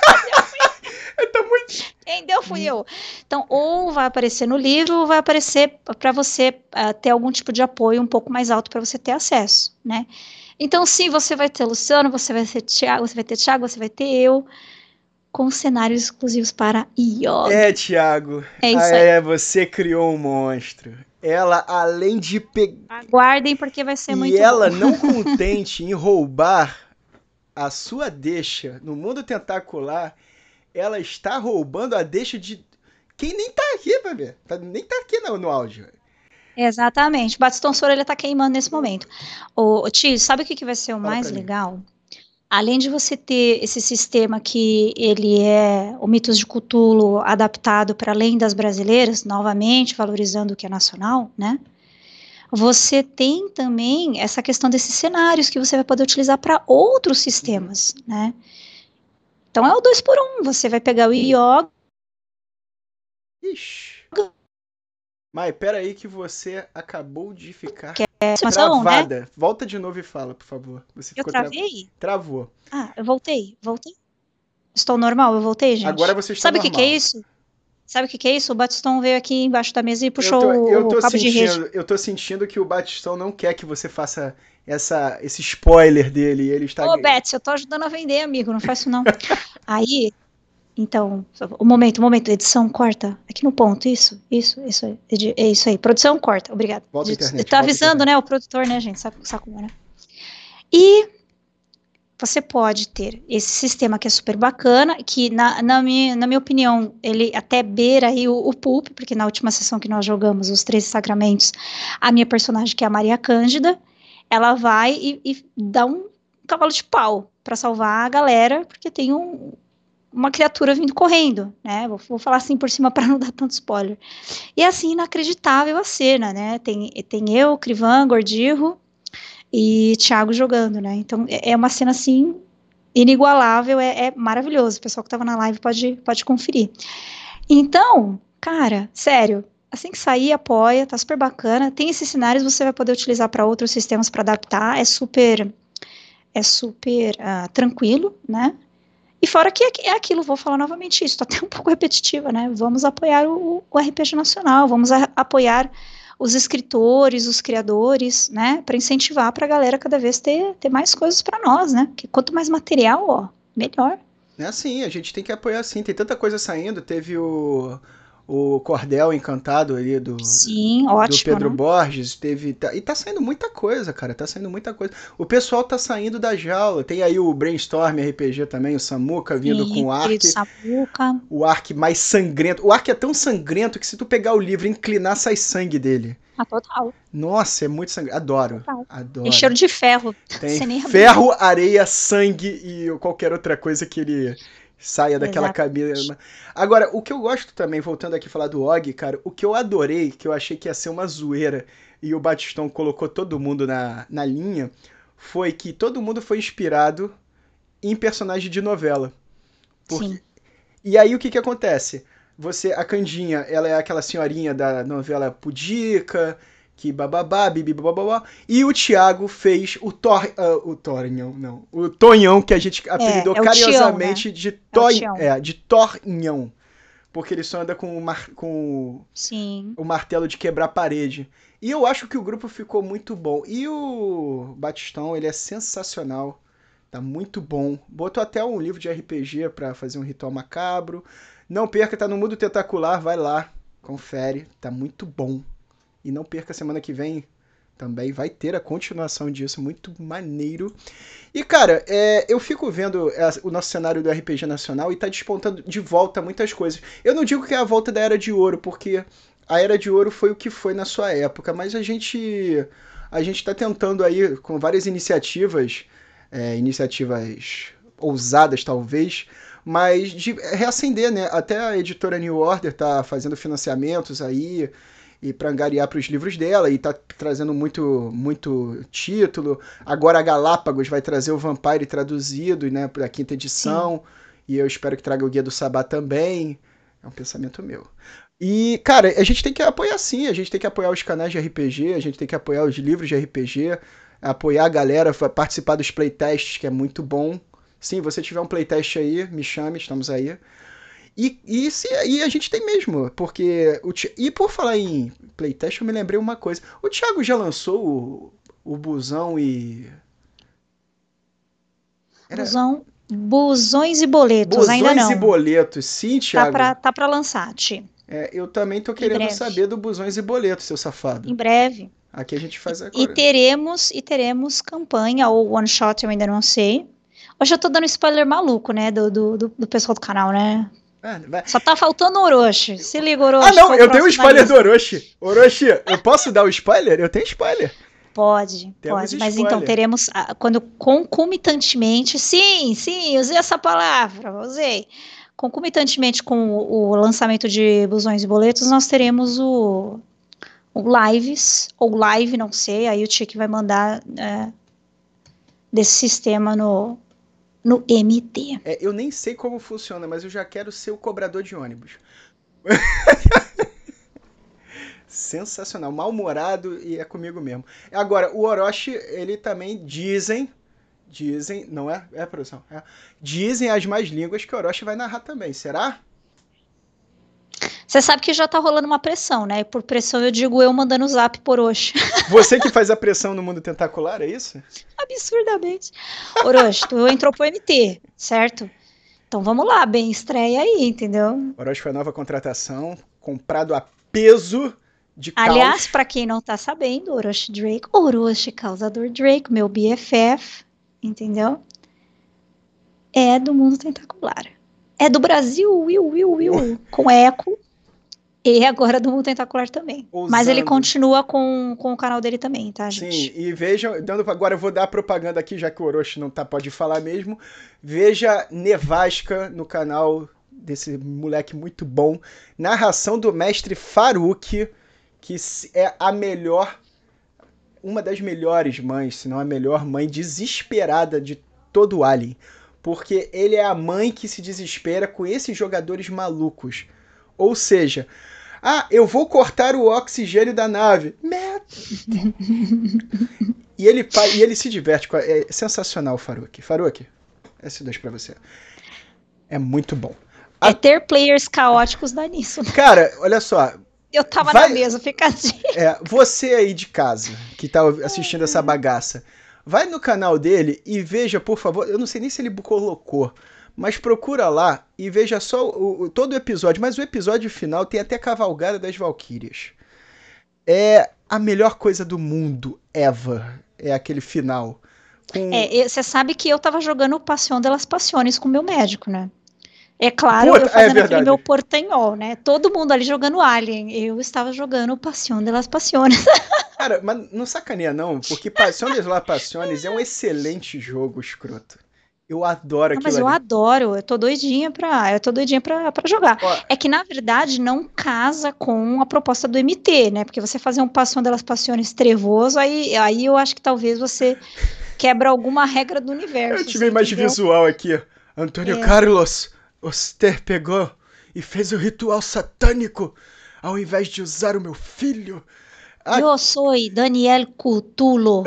Quem deu fui eu. Então, ou vai aparecer no livro, ou vai aparecer para você ter algum tipo de apoio um pouco mais alto para você ter acesso, né? Então, sim, você vai ter Luciano, você vai ter Thiago, você vai ter eu, com cenários exclusivos para Yogg. Thiago. É isso aí. Você criou um monstro. Ela, além de pegar... Aguardem, porque vai ser muito bom. E ela, não contente em roubar a sua deixa no Mundo Tentacular, ela está roubando a deixa de quem nem tá aqui, pra ver. Nem tá aqui no áudio. Exatamente. O Batistão Soro, ele tá queimando nesse momento. Tio, sabe o que vai ser o mais legal? Além de você ter esse sistema que ele é o Mitos de Cthulhu adaptado para lendas brasileiras, novamente valorizando o que é nacional, né? você tem também essa questão desses cenários que você vai poder utilizar para outros sistemas, né? Então é o 2 por 1, você vai pegar o Yoga. Ixi. Mai, pera aí que você acabou de ficar Situação, né? travada. Volta de novo e fala, por favor. Você Eu ficou travei? Travou. Ah, eu voltei. Estou normal? Eu voltei, gente? Agora você está Sabe o que normal. é isso? Sabe o que é isso? O Batistão veio aqui embaixo da mesa e Eu puxou o tô cabo de rede. eu tô sentindo que o Batistão não quer que você faça esse spoiler dele. Ele está. Ô, Betsy, eu tô ajudando a vender, amigo, não faz isso não. Aí, então, o momento, edição, corta. Aqui no ponto, isso aí. É isso aí. Produção, corta, obrigado. Volta à internet. Tá volta à avisando, internet. né, o produtor, né, gente, sabe como, né? E você pode ter esse sistema que é super bacana, que na minha opinião, ele até beira aí o pulp, porque na última sessão que nós jogamos, os 13 Sacramentos, a minha personagem, que é a Maria Cândida, ela vai e dá um cavalo de pau para salvar a galera, porque tem uma criatura vindo correndo, né? Vou falar assim por cima para não dar tanto spoiler. E é assim, inacreditável a cena, né? Tem eu, Crivan, Gordirro e Thiago jogando, né? Então é uma cena assim inigualável, é maravilhoso. O pessoal que estava na live pode conferir. Então, cara, sério, assim que sair, apoia, tá super bacana. Tem esses cenários, você vai poder utilizar para outros sistemas para adaptar, é super tranquilo, né? E fora que é aquilo, vou falar novamente isso, tá até um pouco repetitiva, né? Vamos apoiar o RPG Nacional, vamos apoiar os escritores, os criadores, né? Para incentivar para a galera cada vez ter mais coisas para nós, né? Porque quanto mais material, ó, melhor. É assim, a gente tem que apoiar sim. Tem tanta coisa saindo. Teve o Cordel Encantado ali Sim, do ótimo, Pedro né? Borges. E tá saindo muita coisa, cara. Tá saindo muita coisa. O pessoal tá saindo da jaula. Tem aí o Brainstorm RPG também, o Samuca vindo com Sim, o querido Ark. Samuca. O Ark mais sangrento. O Ark é tão sangrento que se tu pegar o livro e inclinar, sai sangue dele. Ah, total. Nossa, é muito sangrento. Adoro. Total. Adoro. Tem cheiro de ferro. Tem Você nem ferro, areia, sangue e qualquer outra coisa que ele saia daquela Exato. cabine. Agora, o que eu gosto também, voltando aqui a falar do Og, cara, o que eu adorei, que eu achei que ia ser uma zoeira, e o Batistão colocou todo mundo na linha, foi que todo mundo foi inspirado em personagem de novela. Porque... Sim. E aí o que acontece? A Candinha, ela é aquela senhorinha da novela Pudica, que bababá, bibi bababá. E o Thiago fez o Torinhão, não. O Tonhão, que a gente apelidou é o carinhosamente Tião, né? de Tornhão. Porque ele só anda com Sim. o martelo de quebrar parede. E eu acho que o grupo ficou muito bom. E o Batistão, ele é sensacional. Tá muito bom. Botou até um livro de RPG pra fazer um ritual macabro. Não perca, tá no Mundo Tentacular, vai lá, confere, tá muito bom. E não perca, semana que vem também vai ter a continuação disso, muito maneiro. E cara, eu fico vendo o nosso cenário do RPG Nacional e tá despontando de volta muitas coisas. Eu não digo que é a volta da Era de Ouro, porque a Era de Ouro foi o que foi na sua época, mas a gente tá tentando aí, com várias iniciativas ousadas talvez, mas de reacender, né? Até a editora New Order tá fazendo financiamentos aí e para angariar para os livros dela e tá trazendo muito título. Agora a Galápagos vai trazer o Vampire traduzido, né, para a quinta edição. Sim. E eu espero que traga o Guia do Sabá também. É um pensamento meu. E, cara, a gente tem que apoiar sim, a gente tem que apoiar os canais de RPG, a gente tem que apoiar os livros de RPG, apoiar a galera, participar dos playtests, que é muito bom. Sim, se você tiver um playtest aí, me chame, estamos aí. E a gente tem mesmo, porque... E por falar em playtest, eu me lembrei uma coisa. O Thiago já lançou o Busão e... Busões e boletos, Busões ainda não. Busões e boletos, sim, Thiago. Tá pra lançar, Ti. Eu também tô querendo saber do Busões e boletos, seu safado. Em breve. Aqui a gente faz agora. E teremos campanha, ou one shot, eu ainda não sei. Hoje eu tô dando spoiler maluco, né, do pessoal do canal, né? Só tá faltando o Orochi. Se liga, Orochi. Ah, não, eu tenho o spoiler do Orochi. Orochi, eu posso dar o spoiler? Eu tenho spoiler. Pode. Mas então teremos, quando concomitantemente, sim, usei essa palavra, usei. Concomitantemente com o lançamento de Busões e Boletos, nós teremos o ou lives, ou live, não sei, aí o Tiki vai mandar desse sistema no MT. Eu nem sei como funciona, mas eu já quero ser o cobrador de ônibus. Sensacional, mal-humorado e é comigo mesmo. Agora, o Orochi, ele também dizem, não é? É, produção? É. Dizem as más línguas que o Orochi vai narrar também, será? Você sabe que já tá rolando uma pressão, né? E por pressão eu digo eu mandando zap por Orochi. Você que faz a pressão no mundo tentacular, é isso? Absurdamente. Orochi, tu entrou pro MT, certo? Então vamos lá, bem, estreia aí, entendeu? Orochi foi a nova contratação, comprado a peso de caos. Aliás, pra quem não tá sabendo, Orochi Drake, Orochi Causador Drake, meu BFF, entendeu? É do mundo tentacular. É do Brasil, Will, com eco. E agora do mundo tentacular também. Ousando. Mas ele continua com o canal dele também, tá, gente? Sim, e vejam, agora eu vou dar propaganda aqui, já que o Orochi não pode falar mesmo. Veja Nevasca no canal desse moleque muito bom. Narração do mestre Faruque, que é uma das melhores mães, se não a melhor mãe desesperada de todo o Alien. Porque ele é a mãe que se desespera com esses jogadores malucos. Ou seja, eu vou cortar o oxigênio da nave. E ele se diverte. É sensacional, Faruque. Faruque, S2 pra você. É muito bom. É ter players caóticos dá nisso. Cara, olha só. Eu tava na mesa, fica assim. Você aí de casa, que tá assistindo essa bagaça, vai no canal dele e veja, por favor, eu não sei nem se ele colocou, mas procura lá e veja só todo o episódio. Mas o episódio final tem até Cavalgada das Valquírias. É a melhor coisa do mundo, ever. É aquele final. Você sabe que eu tava jogando Passion de las Passiones com o meu médico, né? É claro, eu fazendo aquele meu portanhol, né? Todo mundo ali jogando Alien. Eu estava jogando Passion de las Passiones. Cara, mas não sacaneia não, porque Passion de las Passiones é um excelente jogo, escroto. Eu adoro aquilo. Mas eu adoro, eu tô doidinha pra jogar. Ó, é que, na verdade, não casa com a proposta do MT, né? Porque você fazer um Passion de las Passiones trevoso, aí eu acho que talvez você quebra alguma regra do universo. Eu tive a imagem visual aqui. Antônio Carlos, você pegou e fez o ritual satânico ao invés de usar o meu filho. Eu sou Daniel Cthulhu.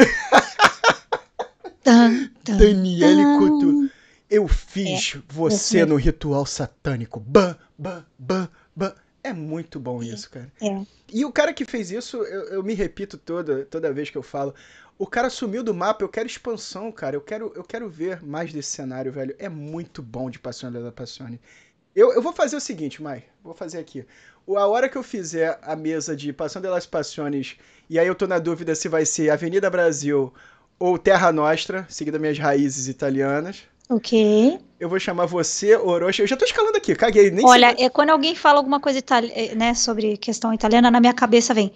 Daniel Cthulhu. Eu fiz você no ritual satânico. Bam, bam, bam, bam. É muito bom isso, cara. E o cara que fez isso, eu me repito toda vez que eu falo. O cara sumiu do mapa, eu quero expansão, cara. Eu quero ver mais desse cenário, velho. É muito bom de Passion de las Passiones. Eu vou fazer o seguinte, Mai. Vou fazer aqui. A hora que eu fizer a mesa de Passion de las Passiones, e aí eu tô na dúvida se vai ser Avenida Brasil ou Terra Nostra, seguindo minhas raízes italianas. Ok. Eu vou chamar você, Orochi. Eu já tô escalando aqui, caguei. Nem Olha, quando alguém fala alguma coisa né, sobre questão italiana, na minha cabeça vem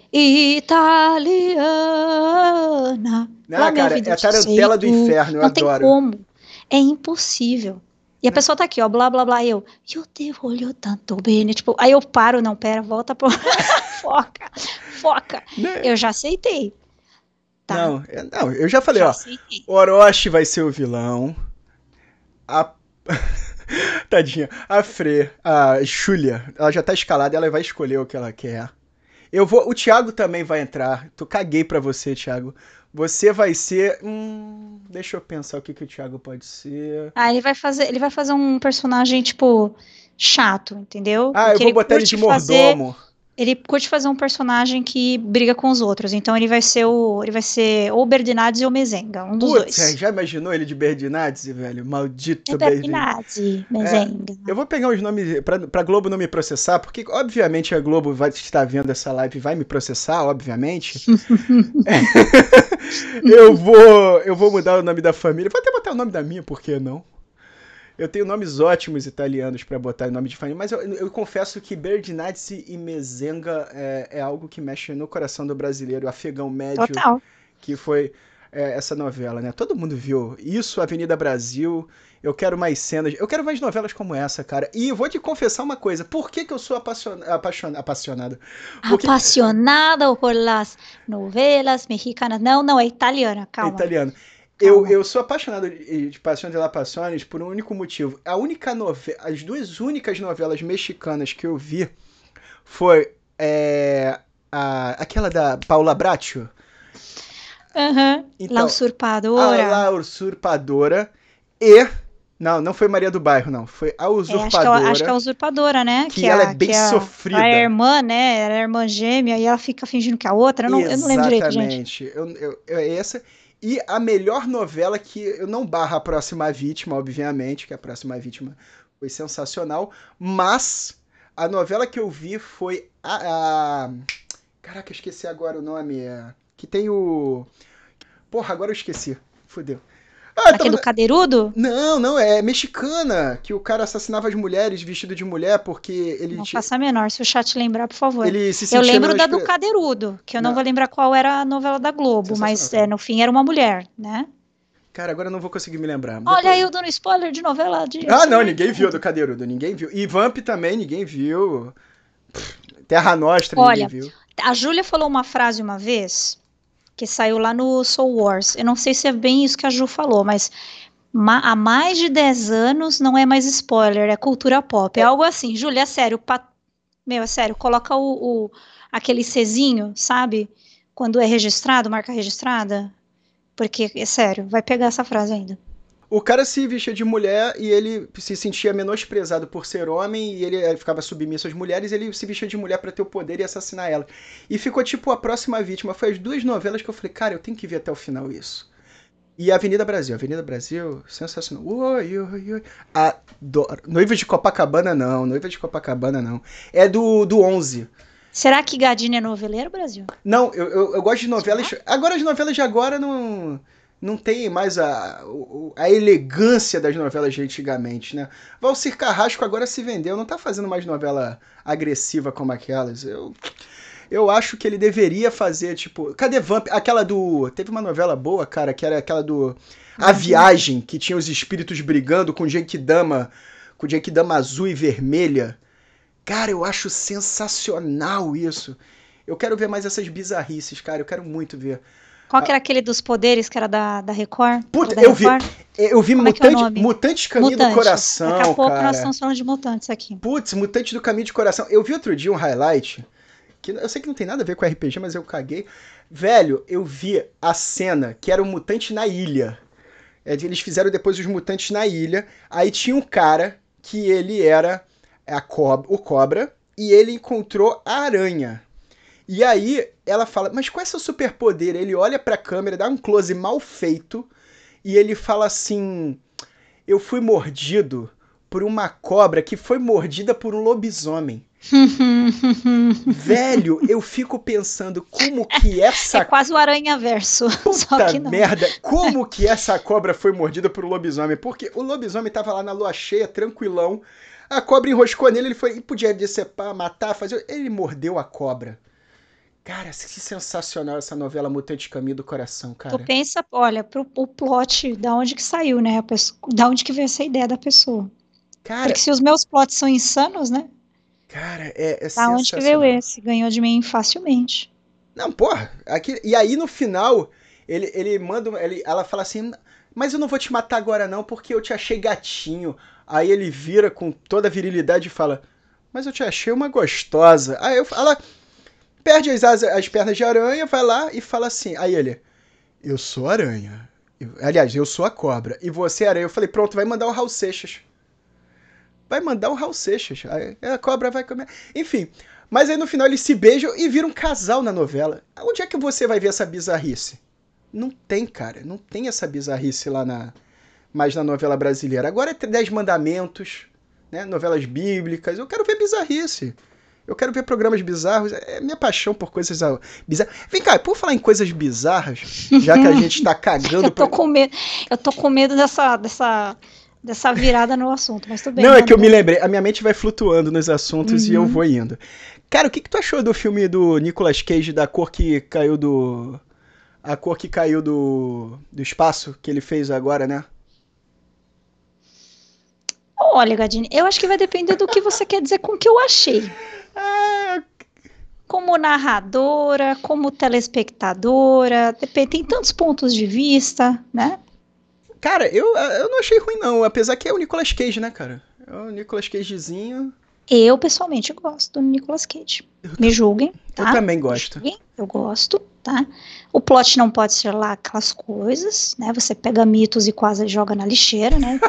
italiana. Não, cara, é a tarantela do inferno, eu adoro. Não tem como. É impossível. E a pessoa tá aqui, ó, blá, blá, blá, eu te voglio tanto bene. Tipo, aí eu paro, não, pera, volta pro... Foca. Eu já aceitei. Tá. Não, eu já falei, aceitei. Orochi vai ser o vilão. Tadinha. A Júlia, ela já tá escalada, ela vai escolher o que ela quer. O Thiago também vai entrar. Caguei pra você, Thiago. Você vai ser. Deixa eu pensar o que o Thiago pode ser. Ele vai fazer um personagem, tipo, chato, entendeu? Porque eu vou botar ele de mordomo. Ele curte fazer um personagem que briga com os outros. Então ele vai ser ou Berdinazzi ou Mezenga, um dos dois. Já imaginou ele de Berdinazzi, velho? Maldito Berdinazzi, Mezenga. Eu vou pegar os nomes pra Globo não me processar, porque obviamente a Globo vai estar vendo essa live e vai me processar, obviamente. Eu vou mudar o nome da família. Vou até botar o nome da minha, por que não? Eu tenho nomes ótimos italianos pra botar em nome de família, mas eu confesso que Berdinazzi e Mezenga é algo que mexe no coração do brasileiro, afegão médio. Total. Que foi... essa novela, né? Todo mundo viu isso, Avenida Brasil. Eu quero mais cenas, eu quero mais novelas como essa, cara. E eu vou te confessar uma coisa, por que que eu sou apaixonado? Porque Apasionado por las novelas mexicanas. Não, é italiana, é calma. italiano. Calma. Eu sou apaixonado de Paixão de las Passiones por um único motivo. As duas únicas novelas mexicanas que eu vi foi aquela da Paula Bracho. Aham. Então, La a Usurpadora. La Usurpadora e... Não foi Maria do Bairro, não. Foi a Usurpadora. Acho que é a Usurpadora, né? Que ela é bem sofrida. A irmã, né? Ela é irmã gêmea e ela fica fingindo que é a outra. Eu não lembro direito, gente. Exatamente. É essa. E a melhor novela que eu não barra a Próxima Vítima, obviamente, que a Próxima Vítima foi sensacional, mas a novela que eu vi foi Caraca, eu esqueci agora o nome. Que tem o... Porra, agora eu esqueci. Fudeu. Aqui do Cadeirudo? Não, é mexicana, que o cara assassinava as mulheres vestido de mulher porque ele... Não faça a menor, se o chat lembrar, por favor. Ele se Eu sentia lembro da do Cadeirudo, que eu não vou lembrar qual era a novela da Globo, mas no fim era uma mulher, né? Cara, agora eu não vou conseguir me lembrar. Olha aí eu dando spoiler de novela de... não, ninguém viu do Cadeirudo, ninguém viu. E Vamp também, ninguém viu. Terra Nostra, ninguém viu. A Júlia falou uma frase uma vez, que saiu lá no Soul Wars. Eu não sei se é bem isso que a Ju falou, mas... há mais de 10 anos não é mais spoiler, é cultura pop. É algo assim, Júlia, é sério. Meu, é sério, coloca aquele Czinho, sabe? Quando é registrado, marca registrada. Porque, é sério, vai pegar essa frase ainda. O cara se vestia de mulher e ele se sentia menosprezado por ser homem e ele ficava submisso às mulheres e ele se vestia de mulher pra ter o poder e assassinar ela. E ficou tipo A Próxima Vítima. Foi as duas novelas que eu falei, cara, eu tenho que ver até o final isso. E Avenida Brasil, sensacional. Oi. Adoro. Noiva de Copacabana, não. É do 11. Será que Gadini é noveleiro, Brasil? Não, eu gosto de novelas... Agora, as novelas de agora não tem mais a elegância das novelas de antigamente, né? Valcir Carrasco agora se vendeu, não tá fazendo mais novela agressiva como aquelas. Eu acho que ele deveria fazer, tipo... Cadê Vamp? Aquela do... Teve uma novela boa, cara, que era aquela do... A Viagem, que tinha os espíritos brigando com Genkidama azul e vermelha. Cara, eu acho sensacional isso. Eu quero ver mais essas bizarrices, cara. Eu quero muito ver. Qual que era aquele dos poderes que era da Record? Puta, eu vi Mutantes Caminho do Coração, Daqui a pouco cara. nós estamos falando de Mutantes aqui. Putz, Mutantes do Caminho de Coração. Eu vi outro dia um highlight... que eu sei que não tem nada a ver com RPG, mas eu caguei. Velho, eu vi a cena que era o mutante na ilha. Eles fizeram depois os mutantes na ilha. Aí tinha um cara que ele era o Cobra e ele encontrou a aranha. E aí ela fala, mas qual é seu superpoder? Ele olha pra câmera, dá um close mal feito e ele fala assim, eu fui mordido por uma cobra que foi mordida por um lobisomem. Velho, eu fico pensando como que essa... É quase o Aranhaverso. Só que não. Merda, como que essa cobra foi mordida por um lobisomem? Porque o lobisomem tava lá na lua cheia, tranquilão, a cobra enroscou nele, ele foi e podia decepar, matar, fazer... Ele mordeu a cobra. Cara, que sensacional essa novela Mutante Caminho do Coração, cara. Tu pensa, olha, o plot, da onde que saiu, né? Da onde que veio essa ideia da pessoa. Cara, porque se os meus plots são insanos, né? Cara, é sensacional. Da onde que veio esse? Ganhou de mim facilmente. Não, porra. E aí no final, ela fala assim, mas eu não vou te matar agora não, porque eu te achei gatinho. Aí ele vira com toda a virilidade e fala, mas eu te achei uma gostosa. Aí ela perde as pernas de aranha, vai lá e fala assim. Aí ele, eu sou aranha. Aliás, eu sou a cobra. E você é aranha. Eu falei, pronto, vai mandar o Raul Seixas. Vai mandar o Raul Seixas. Aí a cobra vai comer. Enfim. Mas aí no final eles se beijam e viram um casal na novela. Onde é que você vai ver essa bizarrice? Não tem, cara. Não tem essa bizarrice lá mais na novela brasileira. Agora é 10 Mandamentos, né? Novelas bíblicas. Eu quero ver bizarrice. Eu quero ver programas bizarros. É minha paixão por coisas bizarras. Vem cá, por falar em coisas bizarras, já que a gente tá cagando... Eu tô com medo dessa virada no assunto, mas tudo bem. Não, é que eu me lembrei. A minha mente vai flutuando nos assuntos e eu vou indo. Cara, o que tu achou do filme do Nicolas Cage, da cor que caiu do... A cor que caiu do espaço que ele fez agora, né? Olha, Gadini, eu acho que vai depender do que você quer dizer com o que eu achei. Ah, Como narradora, como telespectadora, tem tantos pontos de vista, né? cara, eu não achei ruim, não. Apesar que é o Nicolas Cage, né, cara? É o Nicolas Cagezinho. Eu, pessoalmente, gosto do Nicolas Cage. Me julguem, tá? Eu também Me gosto. julguem, eu gosto, tá? O plot não pode ser lá aquelas coisas, né? Você pega mitos e quase joga na lixeira, né?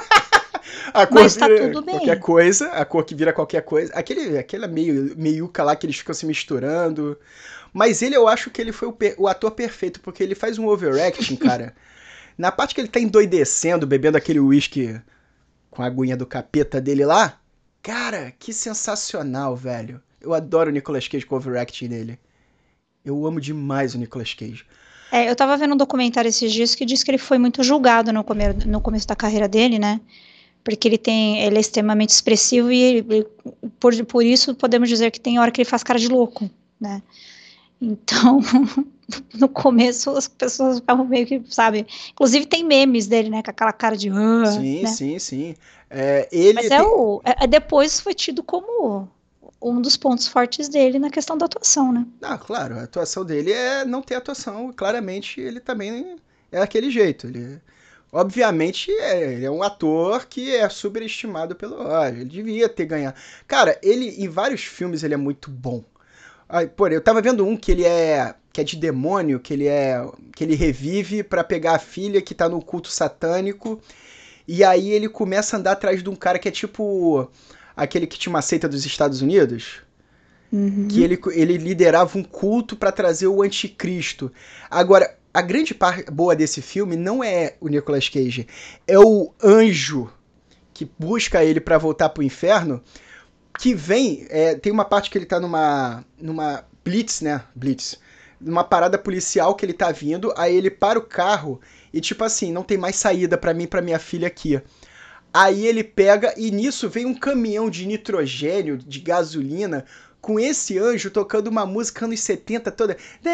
A cor Mas tá vira tudo bem. qualquer coisa, a cor que vira qualquer coisa. Aquela meiuca lá que eles ficam se misturando. Mas ele, eu acho que ele foi o ator perfeito, porque ele faz um overacting, cara. Na parte que ele tá endoidecendo, bebendo aquele uísque com a aguinha do capeta dele lá. Cara, que sensacional, velho. Eu adoro o Nicolas Cage com o overacting dele. Eu amo demais o Nicolas Cage. Eu tava vendo um documentário esses dias que diz que ele foi muito julgado no começo da carreira dele, né? Porque ele é extremamente expressivo e por isso podemos dizer que tem hora que ele faz cara de louco, né? Então, no começo as pessoas ficavam meio que, sabe? Inclusive tem memes dele, né? Com aquela cara de... Sim, né? sim, sim. Ele Mas tem... depois foi tido como um dos pontos fortes dele na questão da atuação, né? Ah, claro, a atuação dele é não ter atuação. Claramente, ele também é daquele jeito. Obviamente, ele é um ator que é superestimado pelo Oscar. Ele devia ter ganhado. Cara, ele, em vários filmes, ele é muito bom. Porra, eu tava vendo um que ele que é de demônio, que ele revive pra pegar a filha que tá no culto satânico. E aí ele começa a andar atrás de um cara que é tipo aquele que tinha uma seita dos Estados Unidos. Que ele liderava um culto pra trazer o anticristo. Agora, a grande parte boa desse filme não é o Nicolas Cage, é o anjo que busca ele pra voltar pro inferno, que vem, tem uma parte que ele tá numa blitz, né? Blitz. Numa parada policial que ele tá vindo, aí ele para o carro e tipo assim, não tem mais saída pra mim e pra minha filha aqui. Aí ele pega e nisso vem um caminhão de nitrogênio, de gasolina, com esse anjo tocando uma música anos 70 toda.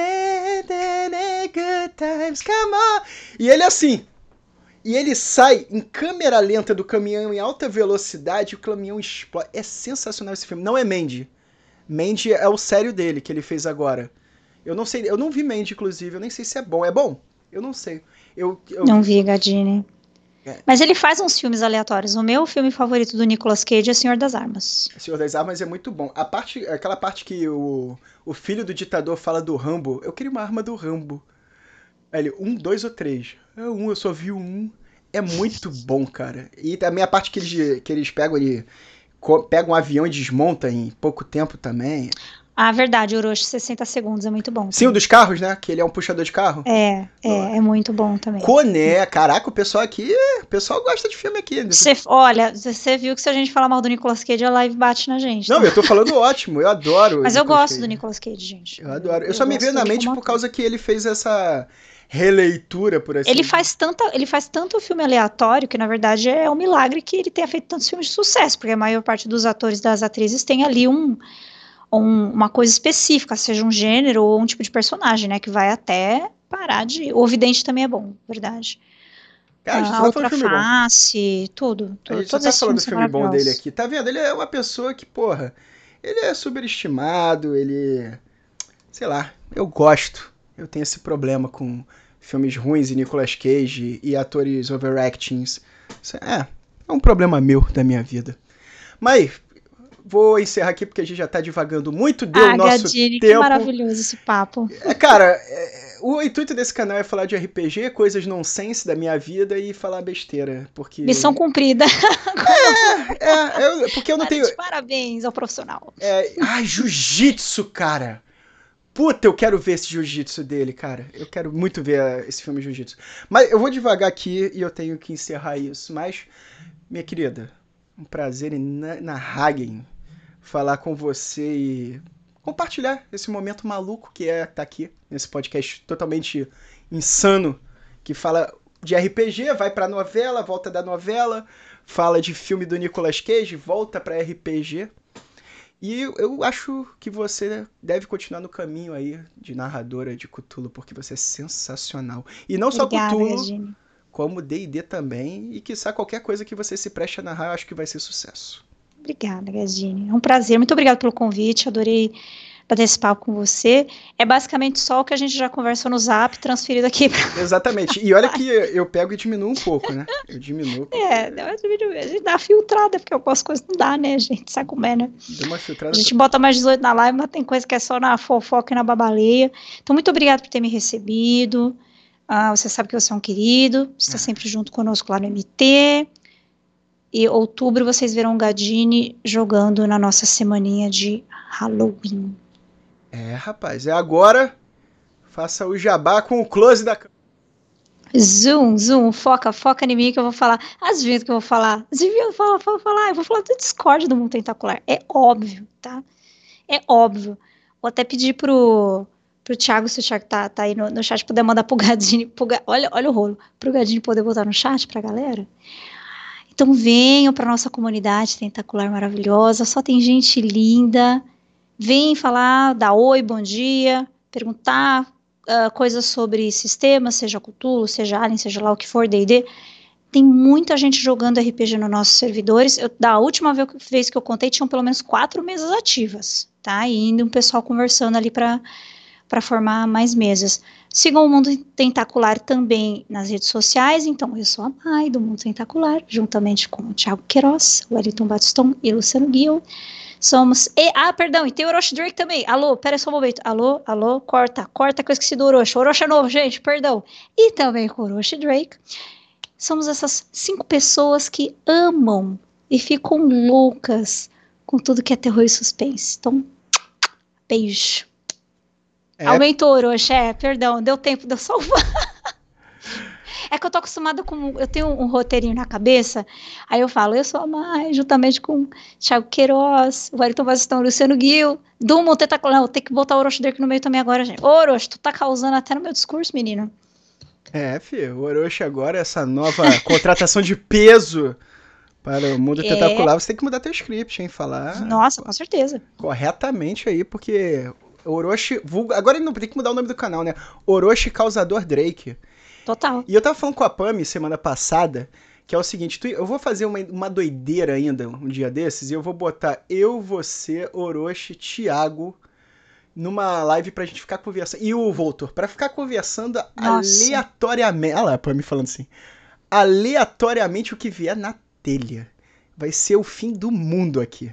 Good times, come on. E ele assim. E ele sai em câmera lenta do caminhão em alta velocidade e o caminhão explode. É sensacional esse filme. Não é Mandy. Mandy é o sério dele que ele fez agora. Eu não sei, eu não vi Mandy, inclusive. Eu nem sei se é bom. É bom? Eu não sei. Não vi, Gadini. Mas ele faz uns filmes aleatórios. O meu filme favorito do Nicolas Cage é Senhor das Armas. Senhor das Armas é muito bom. Aquela parte que o filho do ditador fala do Rambo. Eu queria uma arma do Rambo. Aí ele, 1, 2 ou 3? É 1, eu só vi o 1. É muito bom, cara. E também a parte que eles pegam um avião e desmontam em pouco tempo também. Ah, verdade, Orochi, 60 segundos, é muito bom. Sim, o dos carros, né? Que ele é um puxador de carro. É muito bom também. Coné, caraca, o pessoal gosta de filme aqui. Olha, você viu que se a gente falar mal do Nicolas Cage, a live bate na gente. Não, eu tô falando ótimo, eu adoro. Mas eu gosto do Nicolas Cage, gente. Eu adoro. Eu só me veio na mente por causa que ele fez essa releitura, por assim dizer. Ele faz tanto filme aleatório que, na verdade, é um milagre que ele tenha feito tantos filmes de sucesso, porque a maior parte dos atores e das atrizes tem ali uma coisa específica, seja um gênero ou um tipo de personagem, né, que vai até parar de... O Vidente também é bom, verdade. Cara, a Outra Face, tudo. A gente só tá falando do filme bom dele aqui. Tá vendo? Ele é uma pessoa que, porra, ele é superestimado, sei lá, eu gosto. Eu tenho esse problema com filmes ruins e Nicolas Cage e atores overactings. É um problema meu da minha vida. Mas vou encerrar aqui porque a gente já tá divagando muito. Deu o nosso Gadini, tempo. Que maravilhoso esse papo. Cara, o intuito desse canal é falar de RPG, coisas nonsense da minha vida e falar besteira. Porque... Missão cumprida. Porque eu não tenho... Parabéns ao profissional. Jiu-jitsu, cara. Puta, eu quero ver esse jiu-jitsu dele, cara. Eu quero muito ver esse filme jiu-jitsu. Mas eu vou devagar aqui e eu tenho que encerrar isso. Mas, minha querida, um prazer inenarrável falar com você e compartilhar esse momento maluco que tá aqui, nesse podcast totalmente insano, que fala de RPG, vai pra novela, volta da novela, fala de filme do Nicolas Cage, volta pra RPG. E eu acho que você deve continuar no caminho aí de narradora de Cthulhu, porque você é sensacional. E não só Obrigada, Cthulhu, Gardini. como D&D também. E quiçá qualquer coisa que você se preste a narrar, eu acho que vai ser sucesso. Obrigada, Gardini. É um prazer. Muito obrigada pelo convite. Adorei bater esse papo com você. É basicamente só o que a gente já conversou no Zap, transferido aqui para... Exatamente. E olha que eu pego e diminuo um pouco, né? Eu diminuo. A gente dá uma filtrada, porque algumas coisas não dá, né, gente? Sabe como é, né? Deu uma A filtrada. gente bota mais 18 na live, mas tem coisa que é só na fofoca e na babaleia. Então, muito obrigada por ter me recebido. Você sabe que você é um querido. Você está sempre junto conosco lá no MT. E outubro vocês verão o Gardini jogando na nossa semaninha de Halloween. Rapaz, é agora. Faça o jabá com o close da câmera. Zoom, foca em mim que eu vou falar. As vezes que eu vou falar. Eu vou falar do Discord do Mundo Tentacular. É óbvio, tá? É óbvio. Vou até pedir pro Thiago, se o Thiago tá aí no chat, puder mandar pro Gardini. Olha o rolo. Pro Gardini poder botar no chat pra galera. Então venham pra nossa comunidade tentacular maravilhosa. Só tem gente linda. Vem falar, dar oi, bom dia, perguntar coisas sobre sistemas, seja Cthulhu, seja Alien, seja lá o que for, D&D. Tem muita gente jogando RPG nos nossos servidores. Da última vez que eu contei, tinham pelo menos 4 mesas ativas, tá? E ainda um pessoal conversando ali para formar mais mesas. Sigam o Mundo Tentacular também nas redes sociais. Então, eu sou a Mai do Mundo Tentacular, juntamente com o Thiago Queiroz, o Wellington Batistão e o Luciano Guil. Somos... e tem o Orochi Drake também. Alô, pera só um momento. Alô, corta que eu esqueci do Orochi. O Orochi é novo, gente, perdão. E também com o Orochi Drake. Somos essas 5 pessoas que amam e ficam loucas com tudo que é terror e suspense. Então, beijo. Aumentou, Orochi, perdão, deu tempo, deu só uma... É que eu tô acostumada com... Eu tenho um roteirinho na cabeça, aí eu falo, eu sou a Mai, juntamente com o Thiago Queiroz, o Wellington Batistão, o Luciano Guil, do Mundo Tentacular. Não, tem que botar o Orochi Drake no meio também agora, gente. Ô, Orochi, tu tá causando até no meu discurso, menino. Filho, o Orochi agora, essa nova contratação de peso para o Mundo Tentacular, você tem que mudar teu script, hein? Falar... Nossa, com certeza. Corretamente aí, porque... Orochi... Agora ele não tem que mudar o nome do canal, né? Orochi Causador Drake. Total. E eu tava falando com a Pami semana passada, que é o seguinte, eu vou fazer uma doideira ainda um dia desses, e eu vou botar eu, você, Orochi, Thiago, numa live pra gente ficar conversando. E o Voltor, pra ficar conversando aleatoriamente. Olha lá a Pami falando assim. Aleatoriamente o que vier na telha. Vai ser o fim do mundo aqui.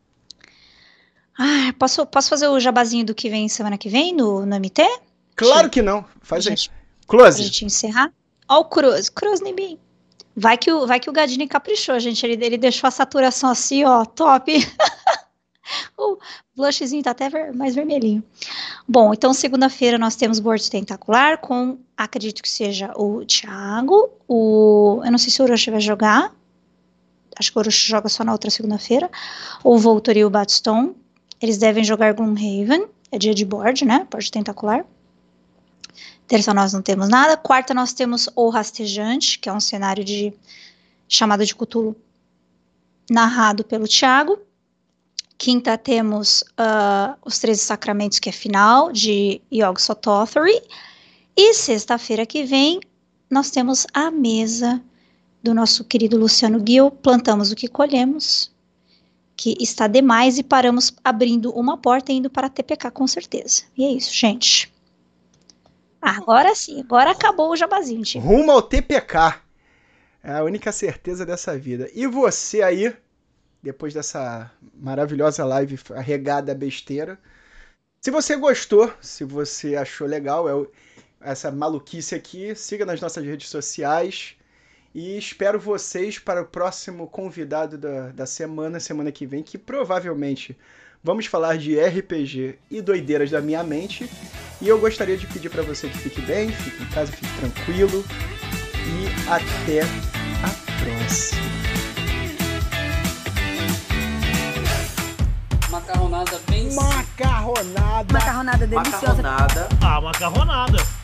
Posso fazer o jabazinho do que vem semana que vem no MT? Claro que não. Faz aí. Pra Close. gente encerrar. Ó o Cruz em mim. Vai que o Gardini caprichou, gente. Ele deixou a saturação assim, ó, top. O blushzinho tá até mais vermelhinho. Bom, então segunda-feira nós temos Board Tentacular com, acredito que seja o Thiago. Eu não sei se o Orochi vai jogar. Acho que o Orochi joga só na outra segunda-feira. O Voltor e o Batstone. Eles devem jogar Gloomhaven. É dia de board, né? Board Tentacular. Terça nós não temos nada. Quarta nós temos O Rastejante, que é um cenário de chamada de Cthulhu narrado pelo Thiago. Quinta temos Os 13 Sacramentos, que é final, de Yog Sothothery. E sexta-feira que vem nós temos a mesa do nosso querido Luciano Guil, Plantamos o que Colhemos, que está demais, e paramos abrindo uma porta e indo para a TPK com certeza. E é isso, gente. Agora sim, agora acabou o jabazinho, tipo. Rumo ao TPK. É a única certeza dessa vida. E você aí, depois dessa maravilhosa live regada a besteira, se você gostou, se você achou legal essa maluquice aqui, siga nas nossas redes sociais. E espero vocês para o próximo convidado da semana que vem, que provavelmente vamos falar de RPG e doideiras da minha mente. E eu gostaria de pedir para você que fique bem, fique em casa, fique tranquilo. E até a próxima. Macarronada bem... Macarronada deliciosa. Macarronada.